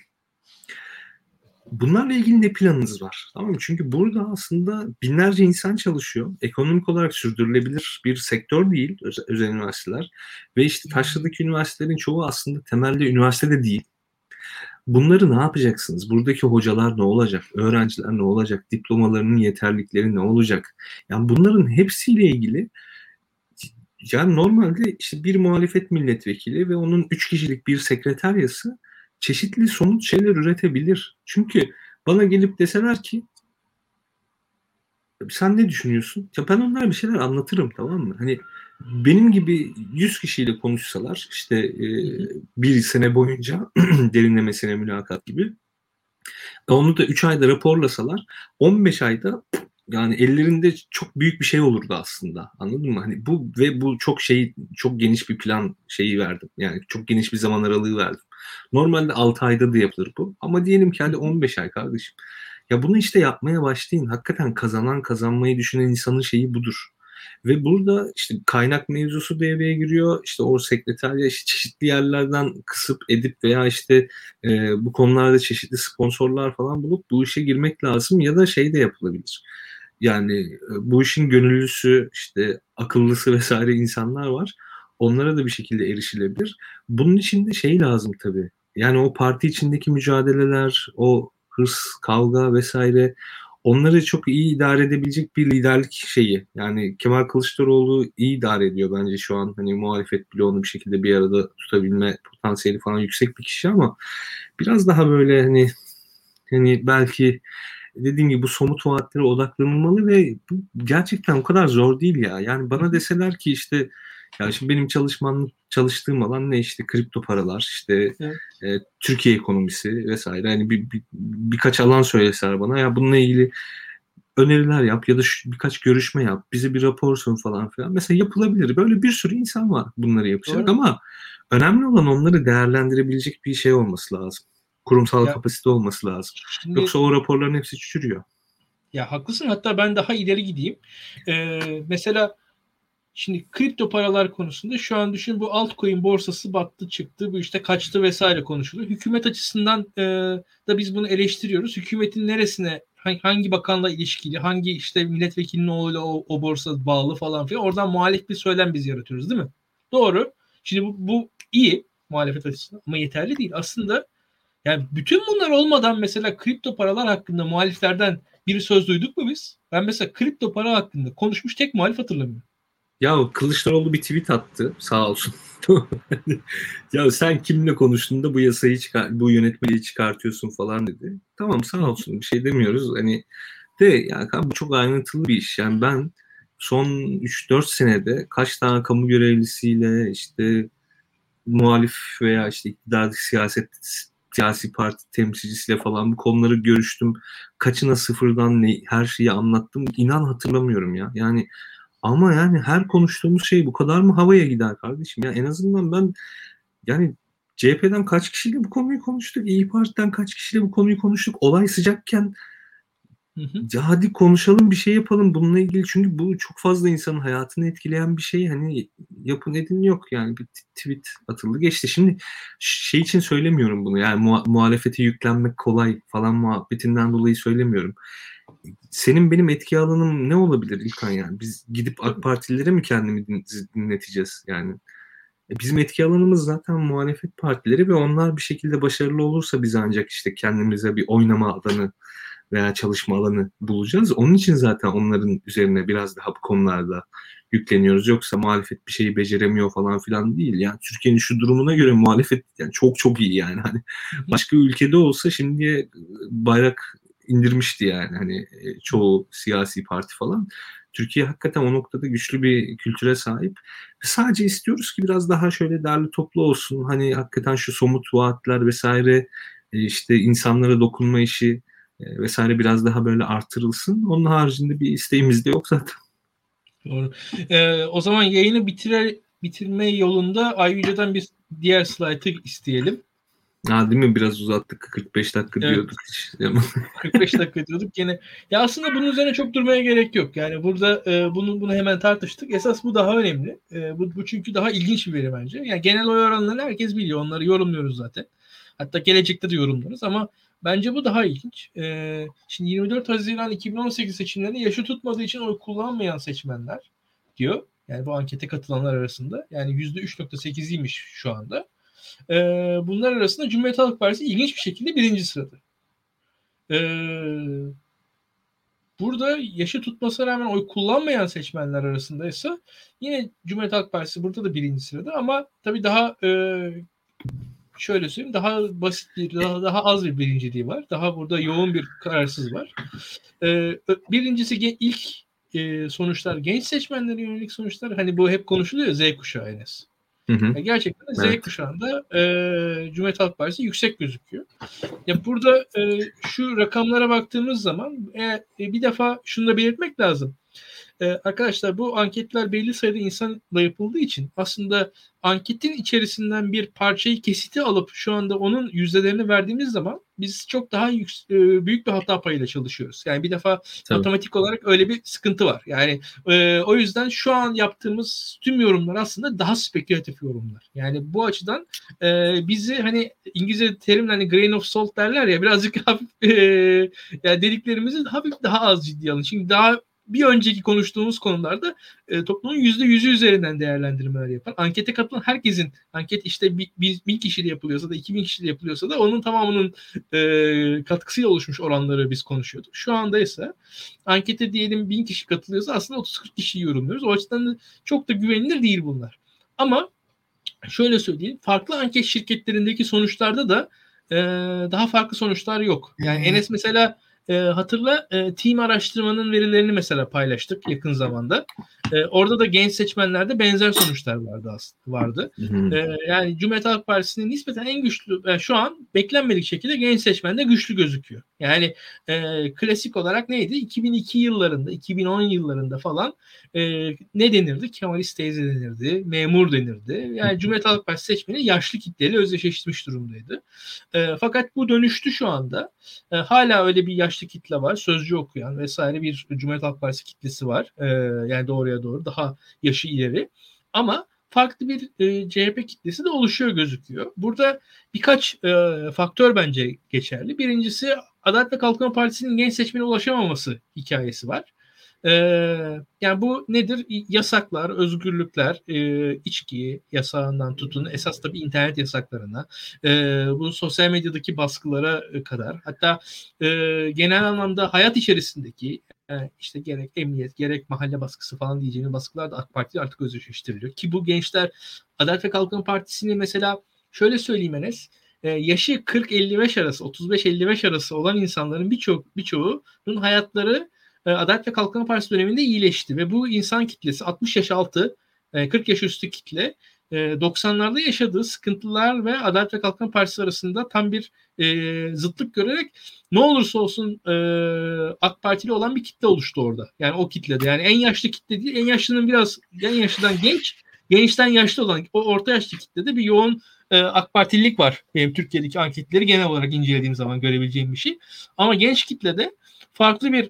Bunlarla ilgili ne planınız var? Tamam mı? Çünkü burada aslında binlerce insan çalışıyor. Ekonomik olarak sürdürülebilir bir sektör değil özel, özel üniversiteler. Ve işte Taşra'daki üniversitelerin çoğu aslında temelde üniversitede değil. Bunları ne yapacaksınız? Buradaki hocalar ne olacak? Öğrenciler ne olacak? Diplomalarının yeterlilikleri ne olacak? Yani bunların hepsiyle ilgili, yani normalde işte bir muhalefet milletvekili ve onun üç kişilik bir sekreteryası çeşitli somut şeyler üretebilir. Çünkü bana gelip deseler ki sen ne düşünüyorsun? Ya ben onlara bir şeyler anlatırım, tamam mı? Hani benim gibi yüz kişiyle konuşsalar işte e, bir sene boyunca derinlemesine mülakat gibi, onu da üç ayda raporlasalar on beş ayda yani ellerinde çok büyük bir şey olurdu aslında. Anladın mı? Hani bu ve bu çok şey, çok geniş bir plan şeyi verdim. Yani çok geniş bir zaman aralığı verdim. Normalde altı ayda da yapılır bu. Ama diyelim ki hadi on beş ay kardeşim. Ya bunu işte yapmaya başlayın. Hakikaten kazanan, kazanmayı düşünen insanın şeyi budur. Ve burada işte kaynak mevzusu devreye giriyor. İşte o sekreterya işte çeşitli yerlerden kısıp edip veya işte e, bu konularda çeşitli sponsorlar falan bulup bu işe girmek lazım, ya da şey de yapılabilir. Yani e, bu işin gönüllüsü, işte akıllısı vesaire insanlar var. onlara da bir şekilde erişilebilir. Bunun için de şey lazım tabii. Yani o parti içindeki mücadeleler, o hırs, kavga vesaire, onları çok iyi idare edebilecek bir liderlik şeyi. Yani Kemal Kılıçdaroğlu iyi idare ediyor bence şu an. Hani muhalefet bloğunu bir şekilde bir arada tutabilme potansiyeli falan yüksek bir kişi ama biraz daha böyle hani hani belki dediğim gibi bu somut vaatlere odaklanılmalı ve bu gerçekten o kadar zor değil ya. Yani bana deseler ki işte ya şimdi benim çalışmam çalıştığım alan ne, işte kripto paralar, işte Evet. e, Türkiye ekonomisi vesaire. Hani bir, bir, birkaç alan söyleseler bana ya bununla ilgili öneriler yap ya da şu, birkaç görüşme yap, bize bir rapor sun falan filan. Mesela yapılabilir. Böyle bir sürü insan var bunları yapacak. Doğru. Ama önemli olan onları değerlendirebilecek bir şey olması lazım. Kurumsal ya, kapasite olması lazım. Şimdi, yoksa o raporların hepsi çürüyor. Ya haklısın. Hatta ben daha ileri gideyim. Ee, mesela şimdi kripto paralar konusunda şu an düşün, bu altcoin borsası battı çıktı, bu işte kaçtı vesaire konuşuluyor. Hükümet açısından e, da biz bunu eleştiriyoruz. Hükümetin neresine, hangi bakanla ilişkili, hangi işte milletvekilinin oğluyla o, o borsa bağlı falan filan, oradan muhalif bir söylem biz yaratıyoruz değil mi? Doğru. Şimdi bu, bu iyi muhalefet açısından ama yeterli değil. Aslında yani bütün bunlar olmadan mesela kripto paralar hakkında muhaliflerden bir söz duyduk mu biz? Ben mesela kripto para hakkında konuşmuş tek muhalif hatırlamıyorum. Ya Kılıçdaroğlu bir tweet attı sağ olsun. Ya sen kimle konuştuğunda bu yasayı çıkar, bu yönetmeliği çıkartıyorsun falan dedi. Tamam sağ olsun, bir şey demiyoruz. Hani de yani bu çok ayrıntılı bir iş. Yani ben son üç dört senede kaç tane kamu görevlisiyle, işte muhalif veya işte iktidar siyaset siyasi parti temsilcisiyle falan bu konuları görüştüm. Kaçına sıfırdan ne, her şeyi anlattım. İnan hatırlamıyorum ya. Yani ama yani her konuştuğumuz şey bu kadar mı havaya gider kardeşim? Ya en azından ben yani C H P'den kaç kişiyle bu konuyu konuştuk, İYİ Parti'den kaç kişiyle bu konuyu konuştuk. Olay sıcakken hı hı. Ya hadi konuşalım, bir şey yapalım bununla ilgili. Çünkü bu çok fazla insanın hayatını etkileyen bir şey. Hani yapın edin yok yani, bir tweet atıldı geçti. Şimdi şey için söylemiyorum bunu. Yani muha- muhalefete yüklenmek kolay falan muhabbetinden dolayı söylemiyorum. Senin benim etki alanım ne olabilir İlkan yani? Biz gidip AK Partililere mi kendimizi dinleteceğiz yani? E bizim etki alanımız zaten muhalefet partileri ve onlar bir şekilde başarılı olursa biz ancak işte kendimize bir oynama alanı veya çalışma alanı bulacağız. Onun için zaten onların üzerine biraz daha bu konularda yükleniyoruz. Yoksa muhalefet bir şeyi beceremiyor falan filan değil. Yani Türkiye'nin şu durumuna göre muhalefet yani çok çok iyi yani. Hani başka ülkede olsa şimdiye bayrak indirmişti yani, hani çoğu siyasi parti falan. Türkiye hakikaten o noktada güçlü bir kültüre sahip. Sadece istiyoruz ki biraz daha şöyle derli toplu olsun. Hani hakikaten şu somut vaatler vesaire, işte insanlara dokunma işi vesaire biraz daha böyle artırılsın. Onun haricinde bir isteğimiz de yok zaten. Doğru. Ee, o zaman yayını bitirer, bitirme yolunda Ayyüce'den bir diğer slaytı isteyelim. Ha, değil mi? Biraz uzattık. kırk beş dakika evet. Diyorduk. kırk beş dakika diyorduk gene. Ya aslında bunun üzerine çok durmaya gerek yok. Yani burada e, bunu bunu hemen tartıştık. Esas bu daha önemli. E, bu, bu çünkü daha ilginç bir veri bence. Yani genel oy oranlarını herkes biliyor. Onları yorumluyoruz zaten. Hatta gelecekte de yorumlarız ama bence bu daha ilginç. E, şimdi yirmi dört Haziran iki bin on sekiz seçimlerinde yaşı tutmadığı için oy kullanmayan seçmenler diyor. Yani bu ankete katılanlar arasında. Yani yüzde üç virgül sekiziymiş şu anda. E, bunlar arasında Cumhuriyet Halk Partisi ilginç bir şekilde birinci sırada. Ee, burada yaşı tutmasına rağmen oy kullanmayan seçmenler arasındaysa yine Cumhuriyet Halk Partisi burada da birinci sırada ama tabii daha e, şöyle söyleyeyim, daha basit bir, daha, daha az bir birinciliği var. Daha burada yoğun bir kararsız var. Ee, birincisi ilk e, sonuçlar genç seçmenlere yönelik sonuçlar. Hani bu hep konuşuluyor ya, Z kuşağı Enes. Hı hı. Yani gerçekten Z evet. kuşağında e, Cumhuriyet Halk Partisi yüksek gözüküyor. Ya burada e, şu rakamlara baktığımız zaman e, bir defa şunu da belirtmek lazım. E, arkadaşlar bu anketler belli sayıda insanla yapıldığı için aslında anketin içerisinden bir parçayı, kesiti alıp şu anda onun yüzdelerini verdiğimiz zaman biz çok daha yük, e, büyük bir hata payıyla çalışıyoruz. Yani bir defa Tabii. matematik olarak öyle bir sıkıntı var. Yani e, o yüzden şu an yaptığımız tüm yorumlar aslında daha spekülatif yorumlar. Yani bu açıdan e, bizi hani İngilizce terimle hani grain of salt derler ya, birazcık hafif e, yani dediklerimizi hafif daha az ciddiye alın. Çünkü daha bir önceki konuştuğumuz konularda e, toplumun yüzde yüzü üzerinden değerlendirmeler yapar. Ankete katılan herkesin, anket işte bir, bir, bin kişiyle yapılıyorsa da iki bin kişiyle yapılıyorsa da onun tamamının e, katkısıyla oluşmuş oranları biz konuşuyorduk. Şu anda ise ankete diyelim bin kişi katılıyorsa aslında otuz kırk kişiyi yorumluyoruz. O açıdan da çok da güvenilir değil bunlar. Ama şöyle söyleyeyim, farklı anket şirketlerindeki sonuçlarda da e, daha farklı sonuçlar yok. Yani Enes mesela e, hatırla e, Team araştırmanın verilerini mesela paylaştık yakın zamanda. E, orada da genç seçmenlerde benzer sonuçlar vardı aslında, vardı. E, yani Cumhuriyet Halk Partisi'nin nispeten en güçlü, yani şu an beklenmedik şekilde genç seçmende güçlü gözüküyor. Yani e, klasik olarak neydi? iki bin iki yıllarında, iki bin on yıllarında falan e, ne denirdi? Kemalist teyze denirdi, memur denirdi. Yani Cumhuriyet Halk Partisi seçmeni yaşlı kitleyle özdeşleşmiş durumdaydı. E, fakat bu dönüştü şu anda. E, hala öyle bir yaşlı kitle var. Sözcü okuyan vesaire bir Cumhuriyet Halk Partisi kitlesi var. E, yani doğruya doğru daha yaşı ileri. Ama farklı bir e, C H P kitlesi de oluşuyor gözüküyor. Burada birkaç e, faktör bence geçerli. Birincisi Adalet ve Kalkınma Partisi'nin genç seçmene ulaşamaması hikayesi var. Ee, yani bu nedir? Yasaklar, özgürlükler, e, içki yasağından tutun, esas tabii internet yasaklarına, e, bu sosyal medyadaki baskılara kadar, hatta e, genel anlamda hayat içerisindeki e, işte gerek emniyet, gerek mahalle baskısı falan diyeceğimiz baskılar da AK Parti artık özdeşleştiriliyor. Ki bu gençler Adalet ve Kalkınma Partisi'ni mesela şöyle söyleyeyim Enes, e, yaşı kırk elli beş arası, otuz beş elli beş arası olan insanların birçok birçoğunun hayatları Adalet ve Kalkınma Partisi döneminde iyileşti ve bu insan kitlesi altmış yaş altı, kırk yaş üstü kitle doksanlarda yaşadığı sıkıntılar ve Adalet ve Kalkınma Partisi arasında tam bir e, zıtlık görerek ne olursa olsun e, AK Partili olan bir kitle oluştu orada. Yani o kitlede. Yani en yaşlı kitle değil, en yaşlının biraz en yaşlıdan genç, gençten yaşlı olan o orta yaşlı kitlede bir yoğun e, AK Partililik var. Benim Türkiye'deki anketleri genel olarak incelediğim zaman görebileceğim bir şey. Ama genç kitlede farklı bir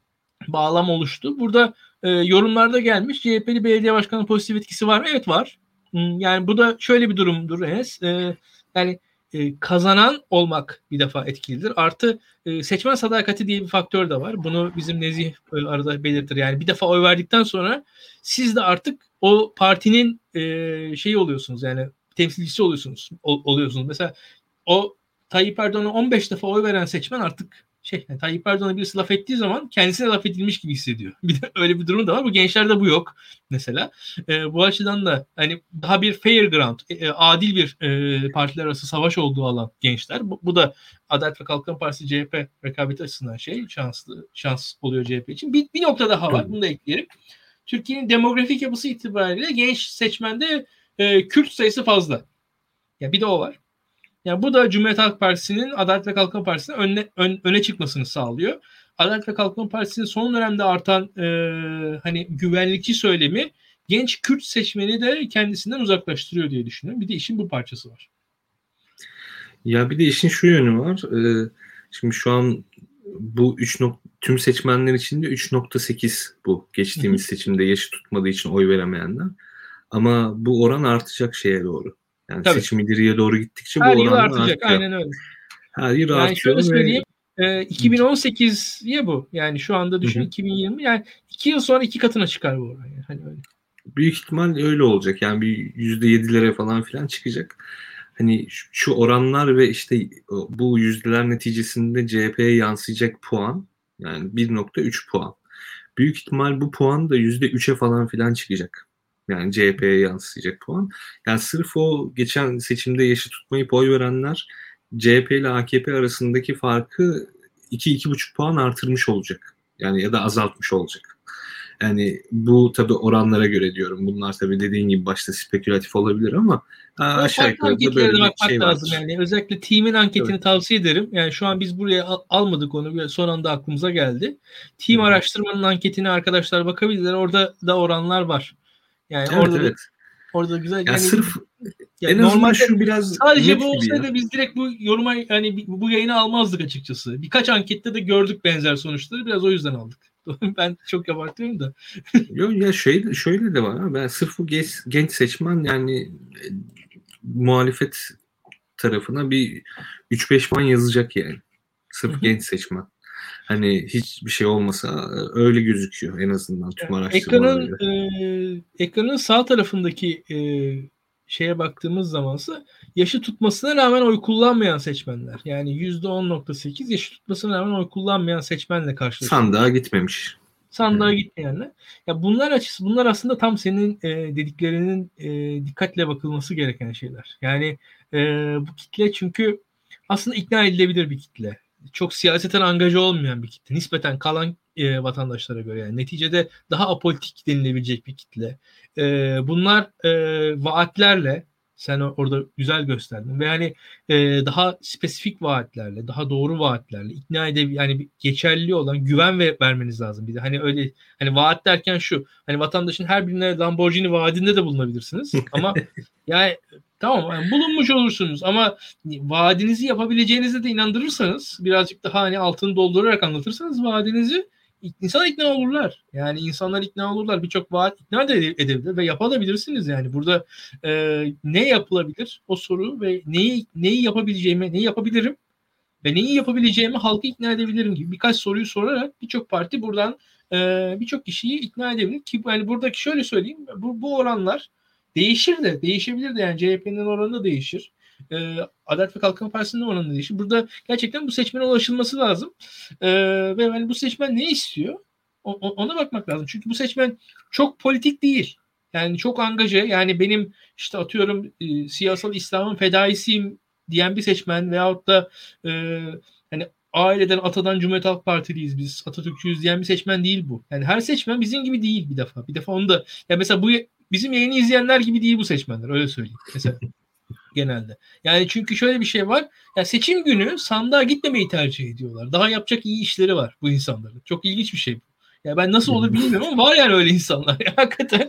bağlam oluştu. Burada e, yorumlarda gelmiş C H P'li belediye başkanı pozitif etkisi var mı? Evet var. Yani bu da şöyle bir durumdur Enes. E, yani e, kazanan olmak bir defa etkilidir. Artı e, seçmen sadakati diye bir faktör de var. Bunu bizim Nezih e, arada belirtir. Yani bir defa oy verdikten sonra siz de artık o partinin e, şeyi oluyorsunuz. Yani temsilcisi oluyorsunuz. Ol, oluyorsunuz. Mesela o Tayyip Erdoğan'a on beş defa oy veren seçmen artık şey, yani Tayyip Erdoğan'a birisi laf ettiği zaman kendisine laf edilmiş gibi hissediyor. Bir de öyle bir durum da var. Bu gençlerde bu yok mesela. E, bu açıdan da hani daha bir fair ground, e, adil bir e, partiler arası savaş olduğu alan gençler. Bu, bu da Adalet ve Kalkınma Partisi C H P rekabeti açısından şey şanslı şans oluyor C H P için. Bir, bir nokta daha var. Bunu da ekleyelim. Türkiye'nin demografik yapısı itibariyle genç seçmende e, Kürt sayısı fazla. Ya bir de o var. Yani bu da Cumhuriyet Halk Partisi'nin Adalet ve Kalkınma Partisi'nin önüne, ön, öne çıkmasını sağlıyor. Adalet ve Kalkınma Partisi'nin son dönemde artan e, hani güvenlikçi söylemi genç Kürt seçmeni de kendisinden uzaklaştırıyor diye düşünüyorum. Bir de işin bu parçası var. Ya bir de işin şu yönü var. Ee, şimdi şu an bu üç nok- tüm seçmenler için de üç nokta sekiz bu. Geçtiğimiz seçimde yaşı tutmadığı için oy veremeyenler. Ama bu oran artacak şeye doğru. Yani Tabii. seçim ileriye doğru gittikçe her bu oran artacak. Artıyor. Aynen öyle. Her yıl yani artıyor. Şöyle söyleyeyim. Ve... E, iki bin on sekiz ya bu. Yani şu anda düşün, hı hı. iki bin yirmi. Yani iki yıl sonra iki katına çıkar bu oran. Yani. Hani öyle. Büyük ihtimal öyle olacak. Yani bir yüzde yedilere falan filan çıkacak. Hani şu oranlar ve işte bu yüzdeler neticesinde C H P'ye yansıyacak puan yani bir nokta üç puan. Büyük ihtimal bu puan da yüzde üçe falan filan çıkacak. Yani C H P'ye yansıyacak puan. Yani sırf o geçen seçimde yaşı tutmayıp oy verenler C H P ile A K P arasındaki farkı iki iki buçuk puan artırmış olacak. Yani ya da azaltmış olacak. Yani bu tabii oranlara göre diyorum. Bunlar tabii dediğin gibi başta spekülatif olabilir ama o aşağı yukarı da böyle bir şey lazım yani. Özellikle Team'in anketini evet. tavsiye ederim. Yani şu an biz buraya al- almadık onu. Son anda aklımıza geldi. Team Hı-hı. araştırmanın anketine arkadaşlar bakabilirler. Orada da oranlar var. Yani evet, orada evet. da orada güzel. Ya yani sırf yani en azından şu biraz sadece bu olsaydı ya. Biz direkt bu yoruma yani bu yayını almazdık açıkçası. Birkaç ankette de gördük benzer sonuçları. Biraz o yüzden aldık. Ben çok abartıyorum da. Yok ya şey şöyle de var. Ben sırf bu genç, genç seçmen yani e, muhalefet tarafına bir üç beş puan yazacak yani. Sırf Hı-hı. genç seçmen. hani hiçbir şey olmasa öyle gözüküyor en azından tüm Yani araştırmalara ekranın göre. e, ekranın sağ tarafındaki e, şeye baktığımız zamansa yaşı tutmasına rağmen oy kullanmayan seçmenler. Yani yüzde on nokta sekiz yaşı tutmasına rağmen oy kullanmayan seçmenle karşılaşıyoruz. Sandığa gitmemiş. Sandığa gitmeyenler. Ya bunlar açısı bunlar aslında tam senin e, dediklerinin e, dikkatle bakılması gereken şeyler. Yani e, bu kitle çünkü aslında ikna edilebilir bir kitle. Çok siyaseten angaja olmayan bir kitle. Nispeten kalan e, vatandaşlara göre yani. Neticede daha apolitik denilebilecek bir kitle. E, bunlar e, vaatlerle sen orada güzel gösterdin ve hani e, daha spesifik vaatlerle, daha doğru vaatlerle ikna edebil yani geçerli olan güven ve vermeniz lazım. Bir de hani öyle hani vaat derken şu hani vatandaşın her birine Lamborghini vaadinde de bulunabilirsiniz ama yani tamam yani bulunmuş olursunuz ama vaadinizi yapabileceğinize de inandırırsanız birazcık daha hani altını doldurarak anlatırsanız vaadinizi İnsan ikna olurlar. Yani insanlar ikna olurlar. Birçok vaat ikna da edebilir ve yapabilirsiniz yani. Burada e, ne yapılabilir o soru ve neyi neyi yapabileceğimi, neyi yapabilirim ve neyi yapabileceğimi halkı ikna edebilirim gibi birkaç soruyu sorarak birçok parti buradan e, birçok kişiyi ikna edebilir ki yani buradaki şöyle söyleyeyim bu, bu oranlar değişir de değişebilir de yani C H P'nin oranı da değişir. E, Adalet ve Kalkınma Partisi'nin oranı da değişir. Burada gerçekten bu seçmene ulaşılması lazım. E, ve yani bu seçmen ne istiyor? O, o, ona bakmak lazım. Çünkü bu seçmen çok politik değil. Yani çok angaje. Yani benim işte atıyorum e, siyasal İslam'ın fedaisiyim diyen bir seçmen veyahut da e, hani aileden atadan Cumhuriyet Halk Partiliyiz biz Atatürkçüyüz diyen bir seçmen değil bu. Yani her seçmen bizim gibi değil bir defa. Bir defa onu da ya mesela bu bizim yayını izleyenler gibi değil bu seçmenler öyle söyleyeyim. Mesela genelde. Yani çünkü şöyle bir şey var. Ya seçim günü sandığa gitmemeyi tercih ediyorlar. Daha yapacak iyi işleri var bu insanların. Çok ilginç bir şey bu. Ya ben nasıl olur bilmiyorum ama var yani öyle insanlar. Ya, hakikaten.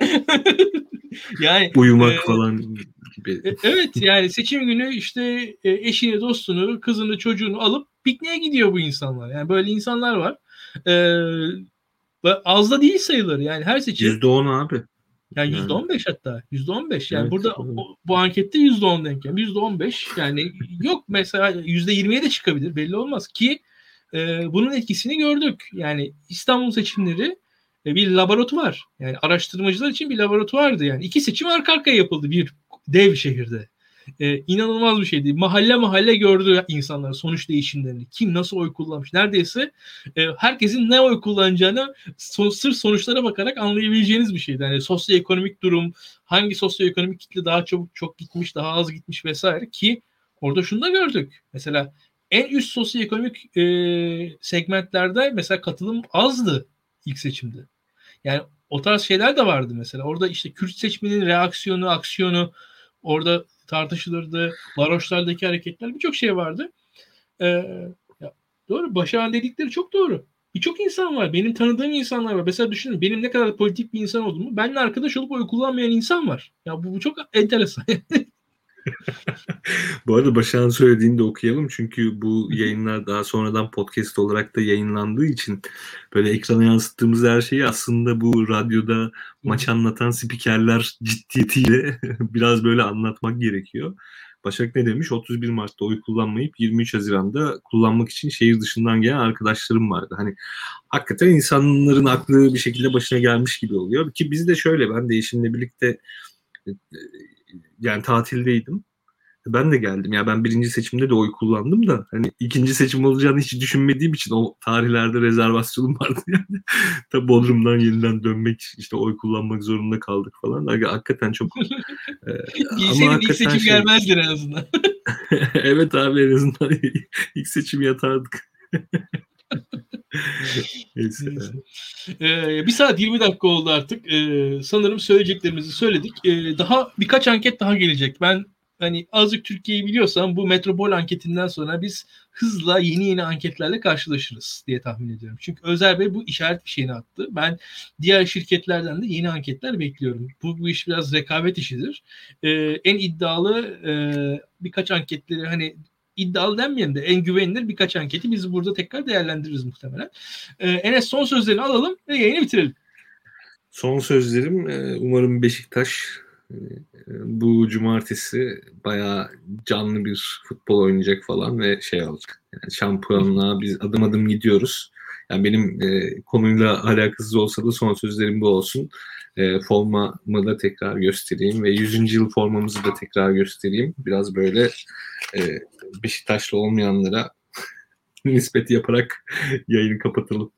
yani Uyumak e, falan gibi. e, evet yani seçim günü işte e, eşini, dostunu, kızını, çocuğunu alıp pikniğe gidiyor bu insanlar. Yani böyle insanlar var. E, ve az da değil sayılır. Yani her seçim yüzde on abi. yani yüzde Yani on beş hatta. Yüzde on beş. Yani evet. burada o- bu ankette yüzde on denk gelmiş. Yüzde on beş. Yani yok mesela yüzde yirmiye de çıkabilir. Belli olmaz ki e, bunun etkisini gördük. Yani İstanbul seçimleri e, bir laboratuvar. Yani araştırmacılar için bir laboratuvardı. Yani iki seçim arka arkaya yapıldı bir dev şehirde. E, inanılmaz bir şeydi. Mahalle mahalle gördü insanlar sonuç değişimlerini. Kim nasıl oy kullanmış. Neredeyse e, herkesin ne oy kullanacağını so, sırf sonuçlara bakarak anlayabileceğiniz bir şeydi. Yani sosyoekonomik durum, hangi sosyoekonomik kitle daha çabuk çok gitmiş, daha az gitmiş vesaire ki orada şunu da gördük. Mesela en üst sosyoekonomik e, segmentlerde mesela katılım azdı ilk seçimde. Yani o tarz şeyler de vardı mesela. Orada işte Kürt seçmenin reaksiyonu, aksiyonu orada tartışılırdı. Varoşlardaki hareketler birçok şey vardı. Ee, ya, doğru. Başaran dedikleri çok doğru. Birçok insan var. Benim tanıdığım insanlar var. Mesela düşünün benim ne kadar politik bir insan olduğumu. Benimle arkadaş olup oy kullanmayan insan var. Ya bu, bu çok enteresan. Bu arada Başak'ın söylediğini de okuyalım. Çünkü bu yayınlar daha sonradan podcast olarak da yayınlandığı için böyle ekrana yansıttığımız her şeyi aslında bu radyoda maç anlatan spikerler ciddiyetiyle biraz böyle anlatmak gerekiyor. Başak ne demiş? otuz bir Mart'ta oy kullanmayıp yirmi üç Haziran'da kullanmak için şehir dışından gelen arkadaşlarım vardı. Hani hakikaten insanların aklı bir şekilde başına gelmiş gibi oluyor. Ki biz de şöyle, ben de eşimle birlikte yani tatildeydim. Ben de geldim. Ya ben birinci seçimde de oy kullandım da hani ikinci seçim olacağını hiç düşünmediğim için o tarihlerde rezervasyonum vardı yani. Tabii Bodrum'dan yeniden dönmek işte oy kullanmak zorunda kaldık falan. Hakikaten çok e, ama Bilseydim ilk hakikaten seçim şey gelmezdir en azından. evet abi en azından ilk seçim yatardık. Neyse. Neyse. Ee, bir saat yirmi dakika oldu artık. Ee, sanırım söyleyeceklerimizi söyledik. Ee, daha birkaç anket daha gelecek. Ben hani azıcık Türkiye'yi biliyorsam bu Metropol anketinden sonra biz hızla yeni yeni anketlerle karşılaşırız diye tahmin ediyorum. Çünkü Özer Bey bu işaret bir şeyini attı. Ben diğer şirketlerden de yeni anketler bekliyorum. Bu, bu iş biraz rekabet işidir. Ee, en iddialı e, birkaç anketleri hani iddialı denmeyelim de en güvenilir birkaç anketi biz burada tekrar değerlendiririz muhtemelen. Ee, Enes son sözlerini alalım ve yayını bitirelim. Son sözlerim umarım Beşiktaş bu cumartesi bayağı canlı bir futbol oynayacak falan ve şey alacak. Yani şampiyonluğa biz adım adım gidiyoruz. Yani benim e, konuyla alakasız olsa da son sözlerim bu olsun. E, formamı da tekrar göstereyim ve yüzüncü yıl formamızı da tekrar göstereyim. Biraz böyle e, Beşiktaşlı olmayanlara nispet yaparak yayını kapatalım.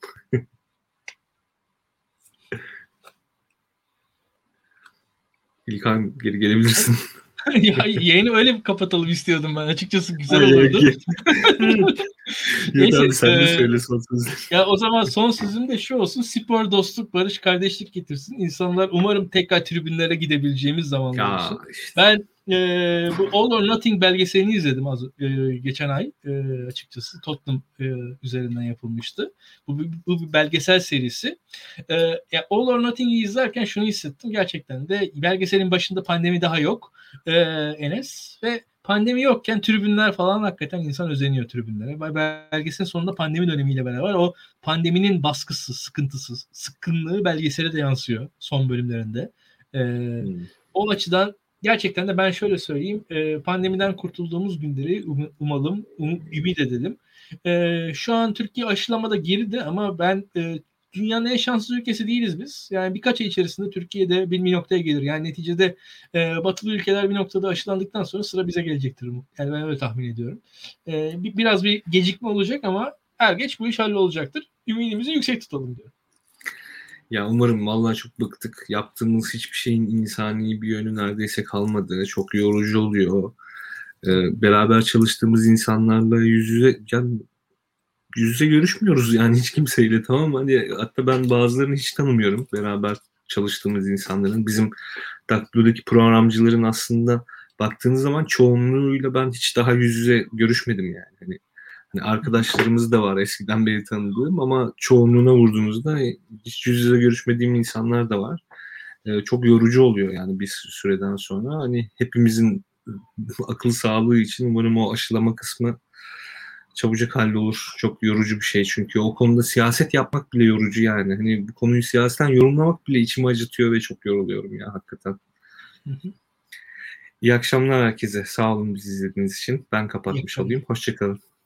İlkan geri gelebilirsin. Ya, yayını öyle bir kapatalım istiyordum ben. Açıkçası güzel olurdu. Neyse, abi, sen de söyle son sözleri. Ya o zaman son sözüm de şu olsun. Spor, dostluk, barış, kardeşlik getirsin. İnsanlar umarım tekrar tribünlere gidebileceğimiz zamanlar olsun. Işte. Ben e, bu All or Nothing belgeselini izledim az e, geçen ay e, açıkçası. Tottenham e, üzerinden yapılmıştı. Bu, bu, bu bir belgesel serisi. E, ya All or Nothing'i izlerken şunu hissettim. Gerçekten de belgeselin başında pandemi daha yok. E, Enes ve pandemi yokken tribünler falan hakikaten insan özeniyor tribünlere. Belgeselin sonunda pandemi dönemiyle beraber o pandeminin baskısı, sıkıntısı, sıkkınlığı belgesele de yansıyor son bölümlerinde. Ee, hmm. O açıdan gerçekten de ben şöyle söyleyeyim. E, pandemiden kurtulduğumuz günleri um, umalım, um, ümit edelim. E, şu an Türkiye aşılamada geride ama ben e, dünyanın en şanslı ülkesi değiliz biz. Yani birkaç ay içerisinde Türkiye'de bir, bir noktaya gelir. Yani neticede e, batılı ülkeler bir noktada aşılandıktan sonra sıra bize gelecektir. Yani ben öyle tahmin ediyorum. E, bir, biraz bir gecikme olacak ama er geç bu iş hallolacaktır. Ümidimizi yüksek tutalım diyorum. Ya umarım, vallahi çok bıktık. Yaptığımız hiçbir şeyin insani bir yönü neredeyse kalmadı. Çok yorucu oluyor. Ee, beraber çalıştığımız insanlarla yüz yüze yani yüz yüze görüşmüyoruz yani hiç kimseyle, tamam mı? Hani hatta ben bazılarını hiç tanımıyorum. Beraber çalıştığımız insanların, bizim Daktilo'daki programcıların aslında baktığınız zaman çoğunluğuyla ben hiç daha yüz yüze görüşmedim yani. Hani, hani arkadaşlarımız da var eskiden beri tanıdığım ama çoğunluğuna vurduğunuzda hiç yüz yüze görüşmediğim insanlar da var. Ee, çok yorucu oluyor yani bir süreden sonra. Hani hepimizin akıl sağlığı için umarım o aşılama kısmı çabucak hallolur. Çok yorucu bir şey çünkü o konuda siyaset yapmak bile yorucu yani. Hani bu konuyu siyasetten yorumlamak bile içimi acıtıyor ve çok yoruluyorum ya hakikaten. Hı hı. İyi akşamlar herkese. Sağ olun bizi izlediğiniz için. Ben kapatmış olayım. Hoşçakalın.